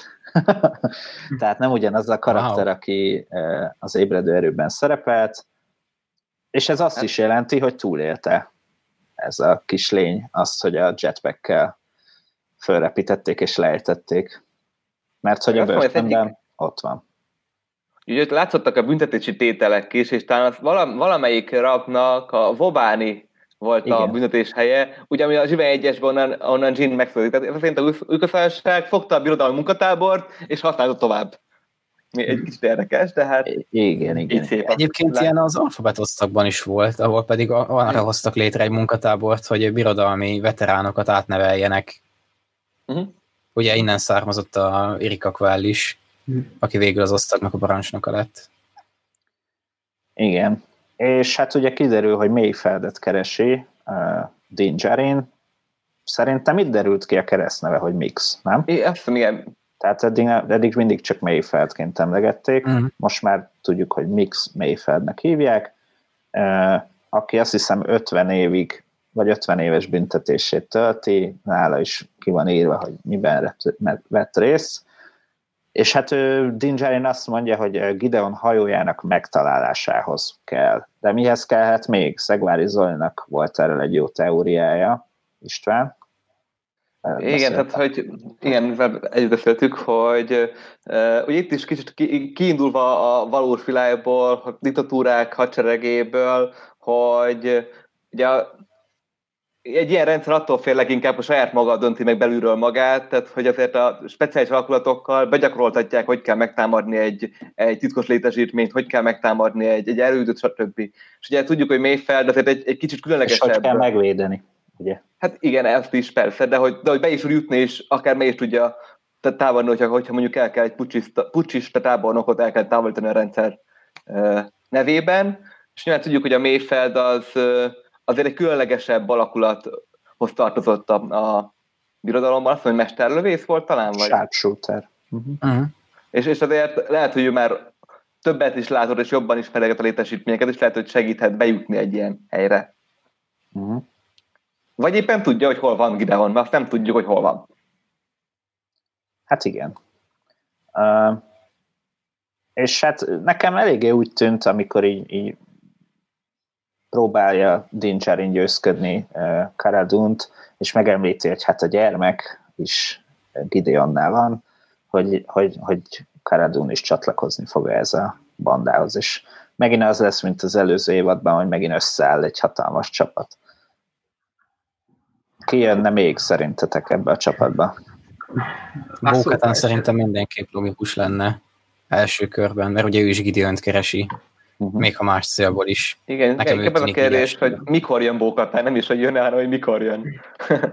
tehát nem ugyanaz a karakter, aki az ébredő erőben szerepelt, És ez azt is jelenti, hogy túlélte ez a kis lény azt, hogy a jetpackkel fölrepítették és lejtették. Mert hogy a börtönben ott van. Ugye látszottak a büntetési tételek is, és talán valamelyik rabnak a Vobáni volt igen. A büntetés helye, ugye ami a Zsive 1-esben onnan Jin megszólít. Tehát szerint a Ülköszárság fogta a birodalmi munkatábort, és használta tovább. Egy kicsit érdekes, de hát... Igen. Egyébként ilyen az alfabetosztakban is volt, ahol pedig arra hoztak létre egy munkatábort, hogy birodalmi veteránokat átneveljenek. Ugye innen származott a Irika Quell is, aki végül az osztagnak a parancsnoka lett. Igen. És hát ugye kiderül, hogy Mayfeldet keresi Din Djarin. Szerintem itt derült ki a keresztneve, hogy Mix, nem? Igen. Tehát eddig mindig csak Mayfeldként emlegették. Most már tudjuk, hogy Mix Mayfeldnek hívják. Aki azt hiszem 50 évig, vagy 50 éves büntetését tölti, nála is ki van írva, hogy miben vett részt. És hát Din Djarin azt mondja, hogy Gideon hajójának megtalálásához kell. De mihez kellhet még? Szegvári Zolinak volt erről egy jó teóriája. István? Igen, tehát hogy együtt beszéltük, hogy ugye itt is kicsit kiindulva a valós világból, a diktatúrák hadseregéből, hogy ugye egy ilyen rendszer attól fél leginkább, hogy saját maga dönti meg belülről magát, tehát hogy azért a speciális alakulatokkal begyakoroltatják, hogy kell megtámadni egy titkos létesítményt, hogy kell megtámadni egy erődöt, stb. És ugye tudjuk, hogy Mayfeld azért egy kicsit különlegesebb. És hogy kell megvédeni, ugye? Hát igen, ezt is persze, de hogy be is tud jutni, és akár meg is tudja távolni, hogyha mondjuk el kell egy pucsista tábornokot el kell távolítani a rendszer nevében. És nyilván tudjuk, hogy a Mayfeld az azért egy különlegesebb alakulathoz tartozott a birodalomban, azt mondja, hogy mesterlövész volt talán? Vagy? Sharpshooter. És azért lehet, hogy ő már többet is látott, és jobban is fedeget a létesítményeket, és lehet, hogy segíthet bejutni egy ilyen helyre. Vagy éppen tudja, hogy hol van Gideon, mert azt nem tudjuk, hogy hol van. Hát igen. És hát nekem eléggé úgy tűnt, amikor így próbálja Din Djarin győzködni Cara Dunt, és megemlíti, hogy hát a gyermek is Gideonnál van, hogy Cara Dune is csatlakozni fog ez a bandához, és megint az lesz, mint az előző évadban, hogy megint összeáll egy hatalmas csapat. Ki jönne még szerintetek ebbe a csapatba? Bo-Katan szerintem mindenképp logikus lenne első körben, mert ugye ő is Gideont keresi, még ha más célból is. Igen, nekem ez a kérdés, hogy mikor jön Bo-Katan, nem is, hogy jön, hanem hogy mikor jön.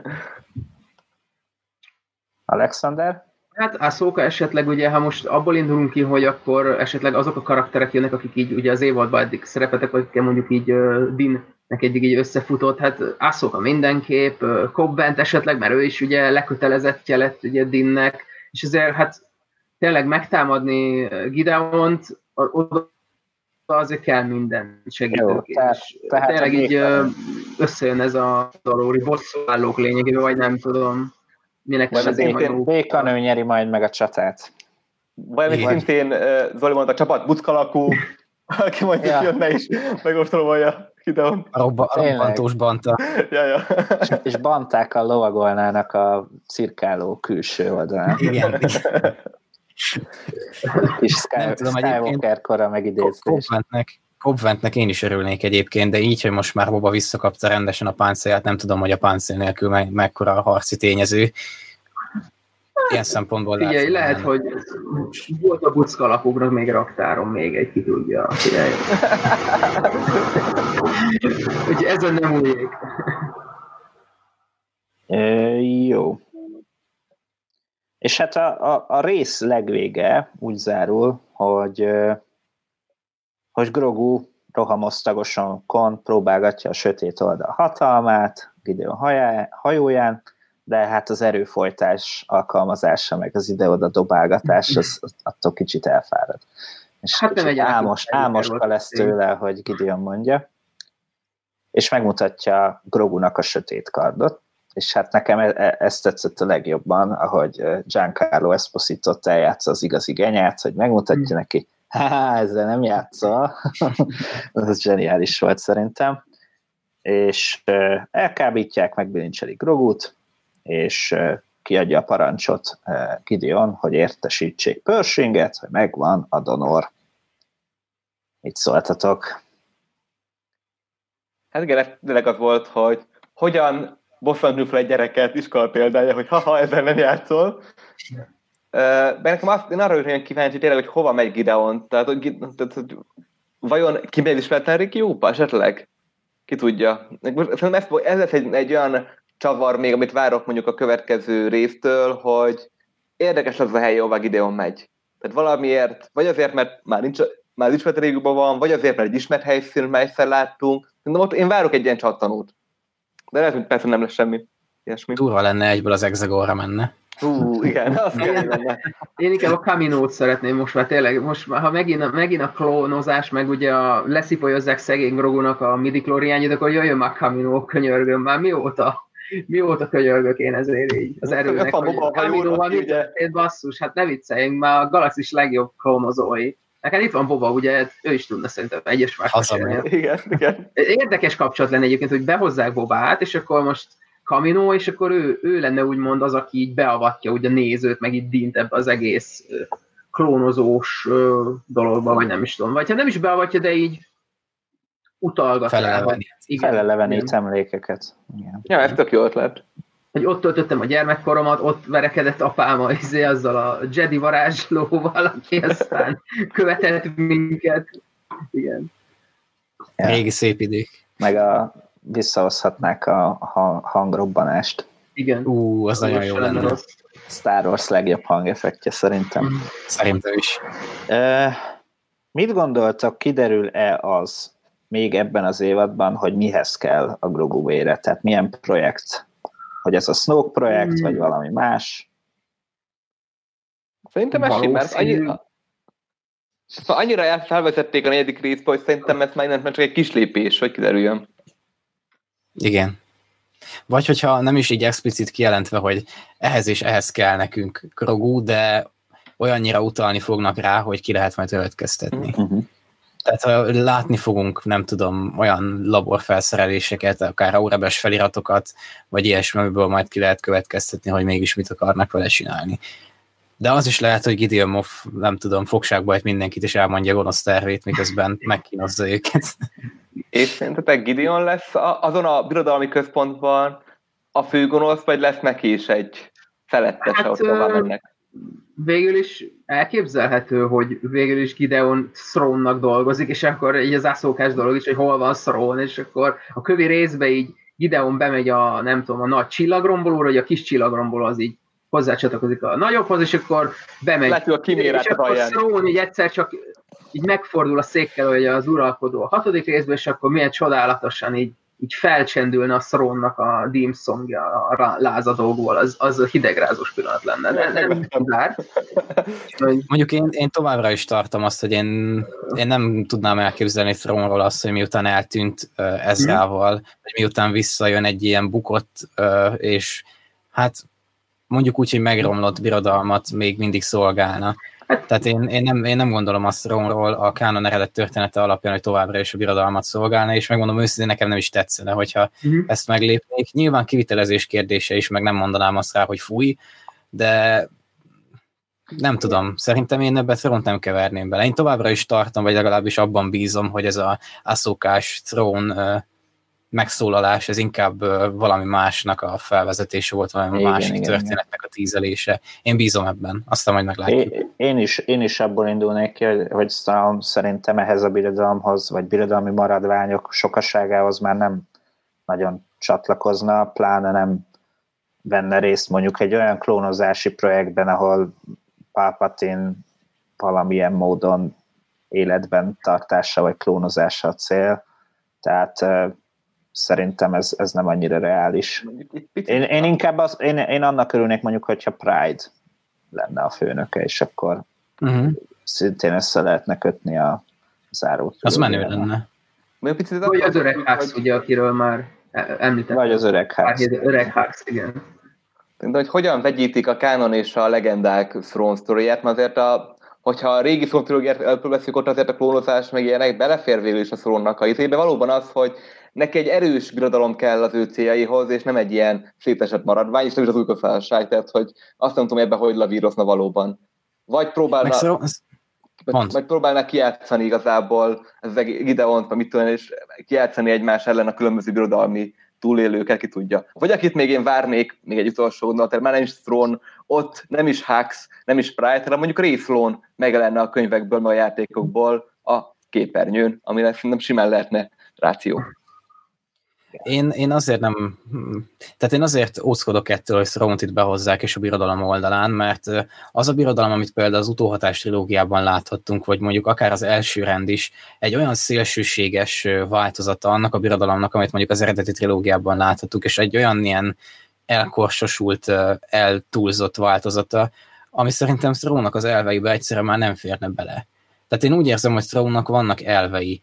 Alexander? Hát Ahsoka esetleg ugye, ha most abból indulunk ki, hogy akkor esetleg azok a karakterek jönnek, akik így ugye az évadban eddig szerepetek, akikkel mondjuk így Dinnek eddig így összefutott, hát Ahsoka mindenképp, Cobb Vanth esetleg, mert ő is ugye lekötelezettje lett ugye Dinnek, és ezért hát tényleg megtámadni Gideont, oda azért kell minden segítőkés. Tehát tényleg így összejön ez a valóri bosszúállók lényegében, vagy nem tudom. Békanő nyeri majd meg a csatát. Vagy még szintén Zoli mondta, a csapat buckalakú, aki majd jönne is, megostololja Gideon. Robbantós banta. Ja. És bantákkal lovagolnának a cirkáló külső oldalán. Igen. És Skywalker kora megidéztés. Cobb Vanthnek én is örülnék egyébként, de így, hogy most már Boba visszakapta rendesen a páncélját, nem tudom, hogy a páncél nélkül mekkora a harci tényező. Ilyen szempontból lehet, hogy volt a buckalapoknak még raktáron még egy, ki tudja. Úgyhogy ezen nem újjék. Jó. És hát a rész legvége úgy zárul, hogy Grogu rohamosztagosan próbálgatja a sötét oldal hatalmát Gideon hajóján, de hát az erőfolytás alkalmazása, meg az ide-oda dobálgatás, az attól kicsit elfárad. És hát nem álmoska lesz tőle, hogy Gideon mondja, és megmutatja Grogunak a sötét kardot, és hát nekem ezt tetszett a legjobban, ahogy Giancarlo Esposito eljátsza az igazi genyát, hogy megmutatja neki, Ezzel nem játszol. Ez zseniális volt szerintem. És elkábítják, megbilincselik Grogut, és kiadja a parancsot Gideon, hogy értesítsék Pershing-et, hogy megvan a Donor. Mit szóltatok? Hát igen, ez tényleg az volt, hogy hogyan bosszantni fel egy gyereket, iskola példája, hogy ha ezzel nem játszol. De nekem én arra vagyok kíváncsi tényleg, hogy hova megy Gideon. Tehát, hogy vajon kimegy az ismeretlen régióba esetleg? Ki tudja. Szerintem ez lesz egy olyan csavar még, amit várok mondjuk a következő résztől, hogy érdekes az a hely, ahová Gideon megy. Tehát valamiért, vagy azért, mert már ismert régióban van, vagy azért, mert egy ismert helyszín, melyeszer láttunk. Ott én várok egy ilyen csattanót. De lehet, hogy persze nem lesz semmi ilyesmi. Durva lenne, egyből az Exegorra menne. Igen, azt kell lenne. Én inkább a Caminót szeretném most már tényleg. Most már, ha megint a klónozás, meg ugye leszipolyozzák szegény Grogunak a midi-klóriányit, akkor jöjjön már Caminó, könyörgöm. Már mióta könyörgök én ezért így az erőnek, hogy Caminóval mit történt, basszus, hát ne vicceljünk, már a galaxis legjobb klónozói. Nekem itt van Boba, ugye, ő is tudna szerintem egyes más. Igen. Érdekes kapcsolat lenne egyébként, hogy behozzák Bobát, és akkor most Camino, és akkor ő lenne úgymond az, aki így beavatja ugye a nézőt, meg így dint ebbe az egész klónozós dologba, vagy nem is tudom. Vagy hát nem is beavatja, de így utalgat. Felelevenít emlékeket. Igen. Ja, ez tök jó ötlet. Hogy ott töltöttem a gyermekkoromat, ott verekedett apám azzal a Jedi varázslóval, aki aztán követett minket. Igen. Ja. Régi szép idők. Meg visszahozhatnák a hangrobbanást. Igen. Az nagyon jó lenne. Star Wars legjobb hangeffektje szerintem. Szerintem is. Mit gondoltak, kiderül-e az még ebben az évadban, hogy mihez kell a Grogu vére? Tehát milyen projekt? Hogy ez a Snoke projekt, vagy valami más? Szerintem ez mert annyira felvezették a 4. részbe, hogy szerintem ez már csak egy kis lépés, hogy kiderüljön. Igen. Vagy hogyha nem is így explicit kijelentve, hogy ehhez és ehhez kell nekünk Grogu, de olyannyira utalni fognak rá, hogy ki lehet majd következtetni. Tehát látni fogunk, nem tudom, olyan laborfelszereléseket, akár aurebes feliratokat, vagy ilyesmi, amiből majd ki lehet következtetni, hogy mégis mit akarnak vele csinálni. De az is lehet, hogy Gideon Moff, nem tudom, fogságba ejt mindenkit, és elmondja gonosz tervét, miközben megkínozza őket. És szerintetek Gideon lesz azon a birodalmi központban a főgonosz, vagy lesz neki is egy felettese, ott hová mennek? Végül is elképzelhető, hogy végül is Gideon Thrawn-nak dolgozik, és akkor így az ászókás dolog is, hogy hol van Thrawn, és akkor a kövi részbe így Gideon bemegy a nagy csillagrombolóra, hogy a kis csillagromboló az így hozzácsatlakozik a nagyobbhoz, és akkor bemegy. A és akkor Thrawn így egyszer csak így megfordul a székkel, hogy az uralkodó a 6. részben, és akkor milyen csodálatosan így felcsendülne a Thrawn-nak a theme songja a lázadókból, az a hidegrázós pillanat lenne. Nem Mondjuk én továbbra is tartom azt, hogy én nem tudnám elképzelni Thrawnról azt, hogy miután eltűnt Ezrával, hogy miután visszajön egy ilyen bukott, és hát mondjuk úgy, hogy megromlott birodalmat még mindig szolgálna. Tehát én nem gondolom azt Thrawnról a kánon eredet története alapján, hogy továbbra is a birodalmat szolgálna, és megmondom őszintén, nekem nem is tetszene, hogyha ezt meglépnék. Nyilván kivitelezés kérdése is, meg nem mondanám azt rá, hogy fúj, de nem tudom, szerintem én ebben Thrawnt nem keverném bele. Én továbbra is tartom, vagy legalábbis abban bízom, hogy ez a Ahsoka-s Thrawn megszólalás, ez inkább valami másnak a felvezetése volt, valami másik történetnek a tízelése. Én bízom ebben, aztán majd meglátjuk. Én is abból indulnék ki, hogy szerintem ehhez a birodalomhoz, vagy birodalmi maradványok sokaságához már nem nagyon csatlakozna, pláne nem venne részt mondjuk egy olyan klónozási projektben, ahol Palpatine valamilyen módon életben tartása vagy klónozása a cél. Tehát szerintem ez nem annyira reális. Én inkább én annak örülnék mondjuk, hogyha Pride lenne a főnöke, és akkor szintén össze lehetne kötni a zárót. Az menő lenne. Vagy az öreg Hux, ugye, akiről már említettem. Vagy az öreg Hux. Öreg Hux, igen. De hogy hogyan vegyítik a kánon és a legendák Thrawn sztoriát, mert azért hogyha a régi Throne trilógiát beszéljük, ott azért a klónozás meg ilyenek belefér végül is a Throne-nak a izébe. Valóban az, hogy neki egy erős birodalom kell az ő céljaihoz, és nem egy ilyen szétesett maradvány, és nem is az újköztársaság, tehát hogy azt nem tudom ebben, hogy lavírozna valóban. Vagy próbálná kijátszani igazából ez Gideont, vagy mit tudom, és kijátszani egymás ellen a különböző birodalmi túlélőket, ki tudja. Vagy akit még én várnék, még egy utolsó tehát már nem is Throne, ott nem is Hux, nem is Sprite, hanem mondjuk Rey Sloane megjelenne a könyvekből, meg a játékokból a képernyőn, amire szerintem simán lehetne ráció. Én azért nem... Tehát én azért óckodok ettől, hogy Throne-t itt behozzák és a birodalom oldalán, mert az a birodalom, amit például az Utóhatás trilógiában láthattunk, vagy mondjuk akár az első rend is, egy olyan szélsőséges változata annak a birodalomnak, amit mondjuk az eredeti trilógiában láthattuk, és egy olyan ilyen elkorsosult, eltúlzott változata, ami szerintem Throne-nak az elveibe egyszerűen már nem férne bele. Tehát én úgy érzem, hogy Throne-nak vannak elvei,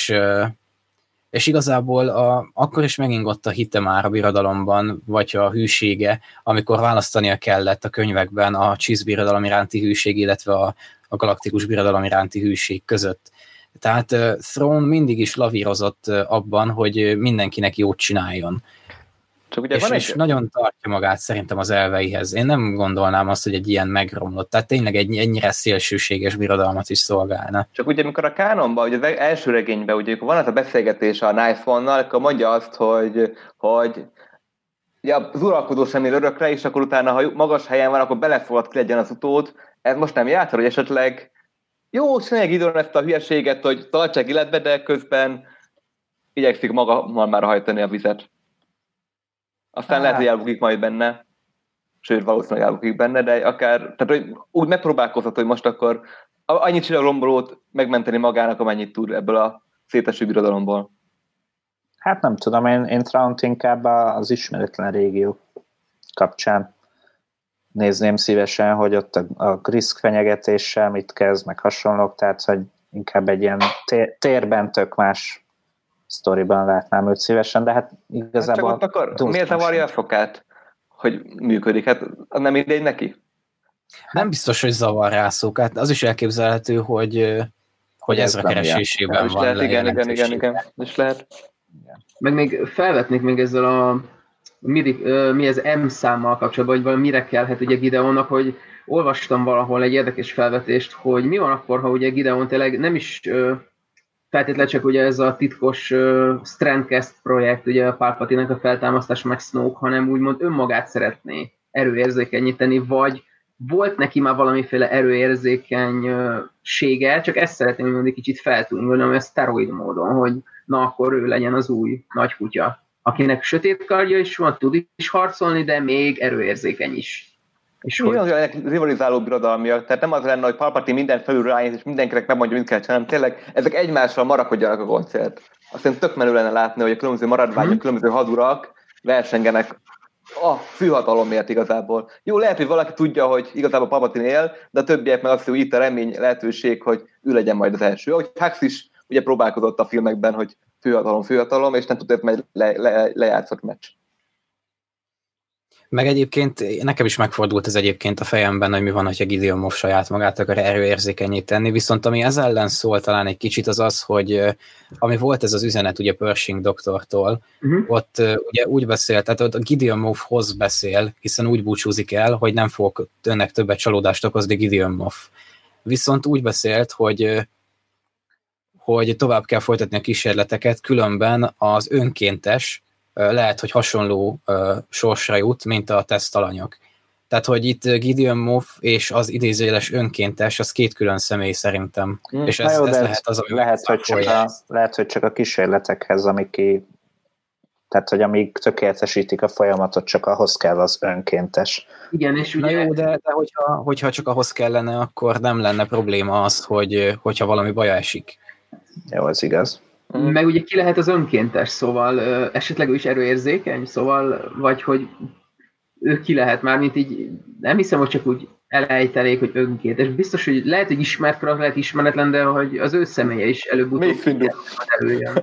és igazából akkor is megingott a hite már a birodalomban, vagy a hűsége, amikor választania kellett a könyvekben a Chiss birodalom iránti hűség, illetve a galaktikus birodalom iránti hűség között. Tehát Throne mindig is lavírozott abban, hogy mindenkinek jót csináljon. Csak ugye és nagyon tartja magát szerintem az elveihez. Én nem gondolnám azt, hogy egy ilyen megromlott. Tehát tényleg egy ennyire szélsőséges birodalmat is szolgálna. Csak ugye amikor a kánonban, ugye az első regényben, ugye van az a beszélgetés a Knife One-nal, akkor mondja azt, hogy ugye az uralkodó sem él örökre, és akkor utána, ha magas helyen van, akkor belefogad ki legyen az utód. Ez most nem játszol, hogy esetleg jó, csinálják időn ezt a hülyeséget, hogy tartsák életbe, de közben igyekszik maga már hajtani a vizet. Aztán lehet, hogy elbukik majd benne, sőt, valószínűleg elbukik benne, de akár, tehát hogy úgy megpróbálkozhat, hogy most akkor annyit csillagombolót megmenteni magának, amennyit tud ebből a széteső birodalomból. Hát nem tudom, én Throne-t inkább az ismeretlen régió kapcsán nézném szívesen, hogy ott a Grisk fenyegetéssel mit kezd, meg hasonlók, tehát hogy inkább egy ilyen térben tök más sztoriban látnám őt szívesen, de hát igazából... Hát csak ott akkor miért zavarja a fokát, hogy működik? Hát nem mindegy neki? Nem biztos, hogy zavar rá Ahsokát. Az is elképzelhető, hogy Ezra keresésében van. Lehet, igen. És lehet. Meg még felvetnék még ezzel a mi ez M számmal kapcsolatban, hogy mire kellhet ugye Gideonnak, hogy olvastam valahol egy érdekes felvetést, hogy mi van akkor, ha ugye Gideon tényleg nem is feltétlenül csak ugye ez a titkos Strandcast projekt, ugye a Palpatine-nek a feltámasztás meg Snoke, hanem úgymond önmagát szeretné erőérzékenyíteni, vagy volt neki már valamiféle erőérzékenysége, csak ezt szeretném úgymond egy kicsit feltűnni, hogy ez szteroid módon, hogy na akkor ő legyen az új nagy kutya, akinek sötét kardja is van, tud is harcolni, de még erőérzékeny is. És mi az rivalizáló birodalmiak? Tehát nem az lenne, hogy Palpatine minden felül rájön, és mindenkinek megmondja, mit kell csinálni. Tényleg ezek egymással marakodjanak a koncert. Aztán tök menő lenne látni, hogy a különböző maradványok, különböző hadurak versengenek a főhatalomért igazából. Jó, lehet, hogy valaki tudja, hogy igazából Palpatine él, de a többiek meg azt, hogy itt a remény lehetőség, hogy ő legyen majd az első. Ahogy Hux is ugye próbálkozott a filmekben, hogy főhatalom, és nem tudott majd lejátszott meccs. Meg egyébként nekem is megfordult ez egyébként a fejemben, hogy mi van, hogyha Gideon most saját magát akar erőérzékenyét tenni, viszont ami ez ellen szól talán egy kicsit az az, hogy ami volt ez az üzenet ugye Pershing doktortól, ott ugye úgy beszél, tehát ott a Gideon Moffhoz beszél, hiszen úgy búcsúzik el, hogy nem fog önnek többet csalódást okozni Gideon Moff. Viszont úgy beszélt, hogy tovább kell folytatni a kísérleteket, különben az önkéntes lehet, hogy hasonló sorsra jut, mint a tesztalanyok. Tehát, hogy itt Gideon Moff és az idézőjeles önkéntes, az két külön személy szerintem. És ez lehet az, ami lehet, hogy csak a kísérletekhez, tehát, hogy amíg tökéletesítik a folyamatot, csak ahhoz kell az önkéntes. Igen, és ugye... Na jó, de hogyha csak ahhoz kellene, akkor nem lenne probléma az, hogyha valami baja esik. Jó, ez igaz. Meg ugye ki lehet az önkéntes, szóval esetleg ő is erőérzékeny, szóval, vagy hogy ő ki lehet már, mint így, nem hiszem, hogy csak úgy elejtenék, hogy önkéntes. Biztos, hogy lehet, hogy ismert karakter, lehet ismeretlen, de hogy az ő személye is előbb-utóbb előjön.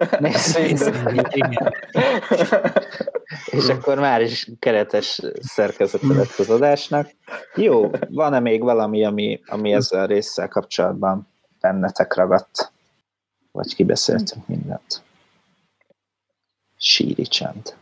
És akkor már is keretes szerkezete lett az adásnak. Jó, van-e még valami, ami ezzel a résszel kapcsolatban bennetek ragadt? Vagy kibeszéltünk mindent? Síri csend.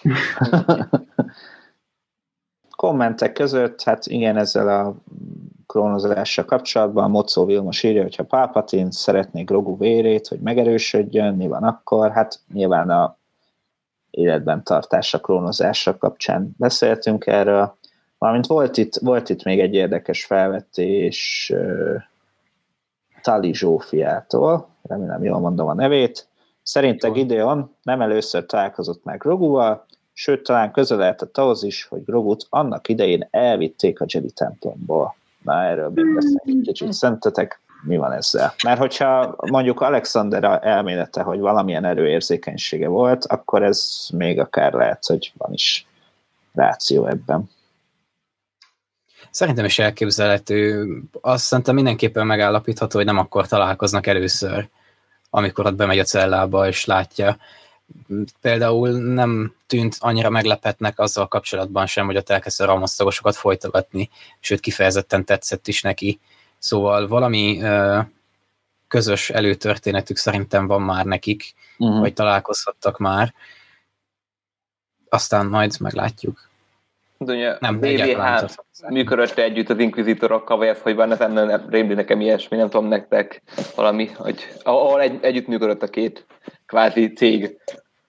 Kommentek között, hát igen, ezzel a klónozással kapcsolatban Mocó Vilmos írja, hogyha Palpatine szeretné Grogu vérét, hogy megerősödjön, mi van akkor? Hát nyilván a életben tartása klónozása kapcsán beszéltünk erről. Valamint volt itt még egy érdekes felvetés Tali Zsófiától, remélem jól mondom a nevét. Szerinte Gideon nem először találkozott meg Groguval, sőt, talán közel lehetett ahhoz is, hogy Grogut annak idején elvitték a Jedi templomból. Na, erről még beszélünk kicsit. Szerintetek mi van ezzel? Mert hogyha mondjuk Alexander elmélete, hogy valamilyen erőérzékenysége volt, akkor ez még akár lehet, hogy van is ráció ebben. Szerintem is elképzelhető. Azt szerintem mindenképpen megállapítható, hogy nem akkor találkoznak először, amikor ott bemegy a cellába és látja. Például nem tűnt annyira meglepetnek azzal kapcsolatban sem, hogy ott elkezdte a ralmaztagosokat folytogatni, sőt kifejezetten tetszett is neki. Szóval valami közös előtörténetük szerintem van már nekik, vagy találkozhattak már. Aztán majd meglátjuk. Nem, BB-8 működött együtt az inkvizitorokkal, vagy ez, hogy van, ez nem rémli nekem ilyesmi, nem tudom nektek valami, hogy ahol együtt működött a két kvázi cég.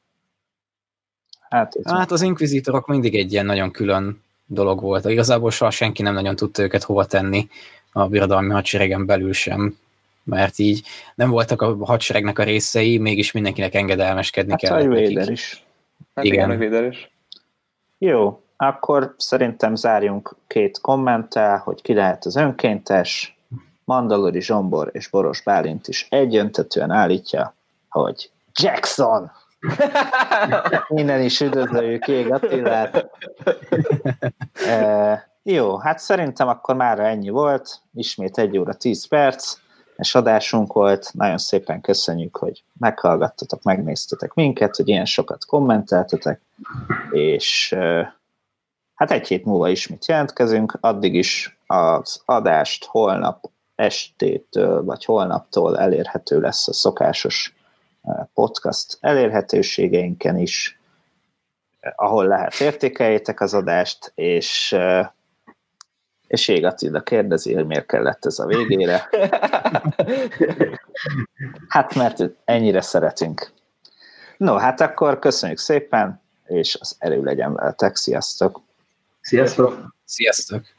Hát az inkvizitorok mindig egy ilyen nagyon külön dolog volt. Igazából soha senki nem nagyon tudta őket hova tenni a birodalmi hadseregen belül sem, mert így nem voltak a hadseregnek a részei, mégis mindenkinek engedelmeskedni kellett nekik. Vader is. Hát igen, Vader is. Jó, akkor szerintem zárjunk 2 kommenttel, hogy ki lehet az önkéntes. Mandalori Zsombor és Boros Bálint is egyöntetően állítja, hogy Jackson! Innen is üdvözöljük Ég Attilát. Jó, hát szerintem akkor mára ennyi volt. Ismét 1 óra 10 perc, és adásunk volt. Nagyon szépen köszönjük, hogy meghallgattatok, megnéztetek minket, hogy ilyen sokat kommenteltetek, és hát 1 hét múlva ismét jelentkezünk. Addig is az adást holnap estétől, vagy holnaptól elérhető lesz a szokásos podcast elérhetőségeinken is, ahol lehet értékeljétek az adást, és Ég Attila kérdezi, hogy miért kellett ez a végére. Hát, mert ennyire szeretünk. No, hát akkor köszönjük szépen, és az erő legyen veletek. Sziasztok! Sziasztok! Sziasztok!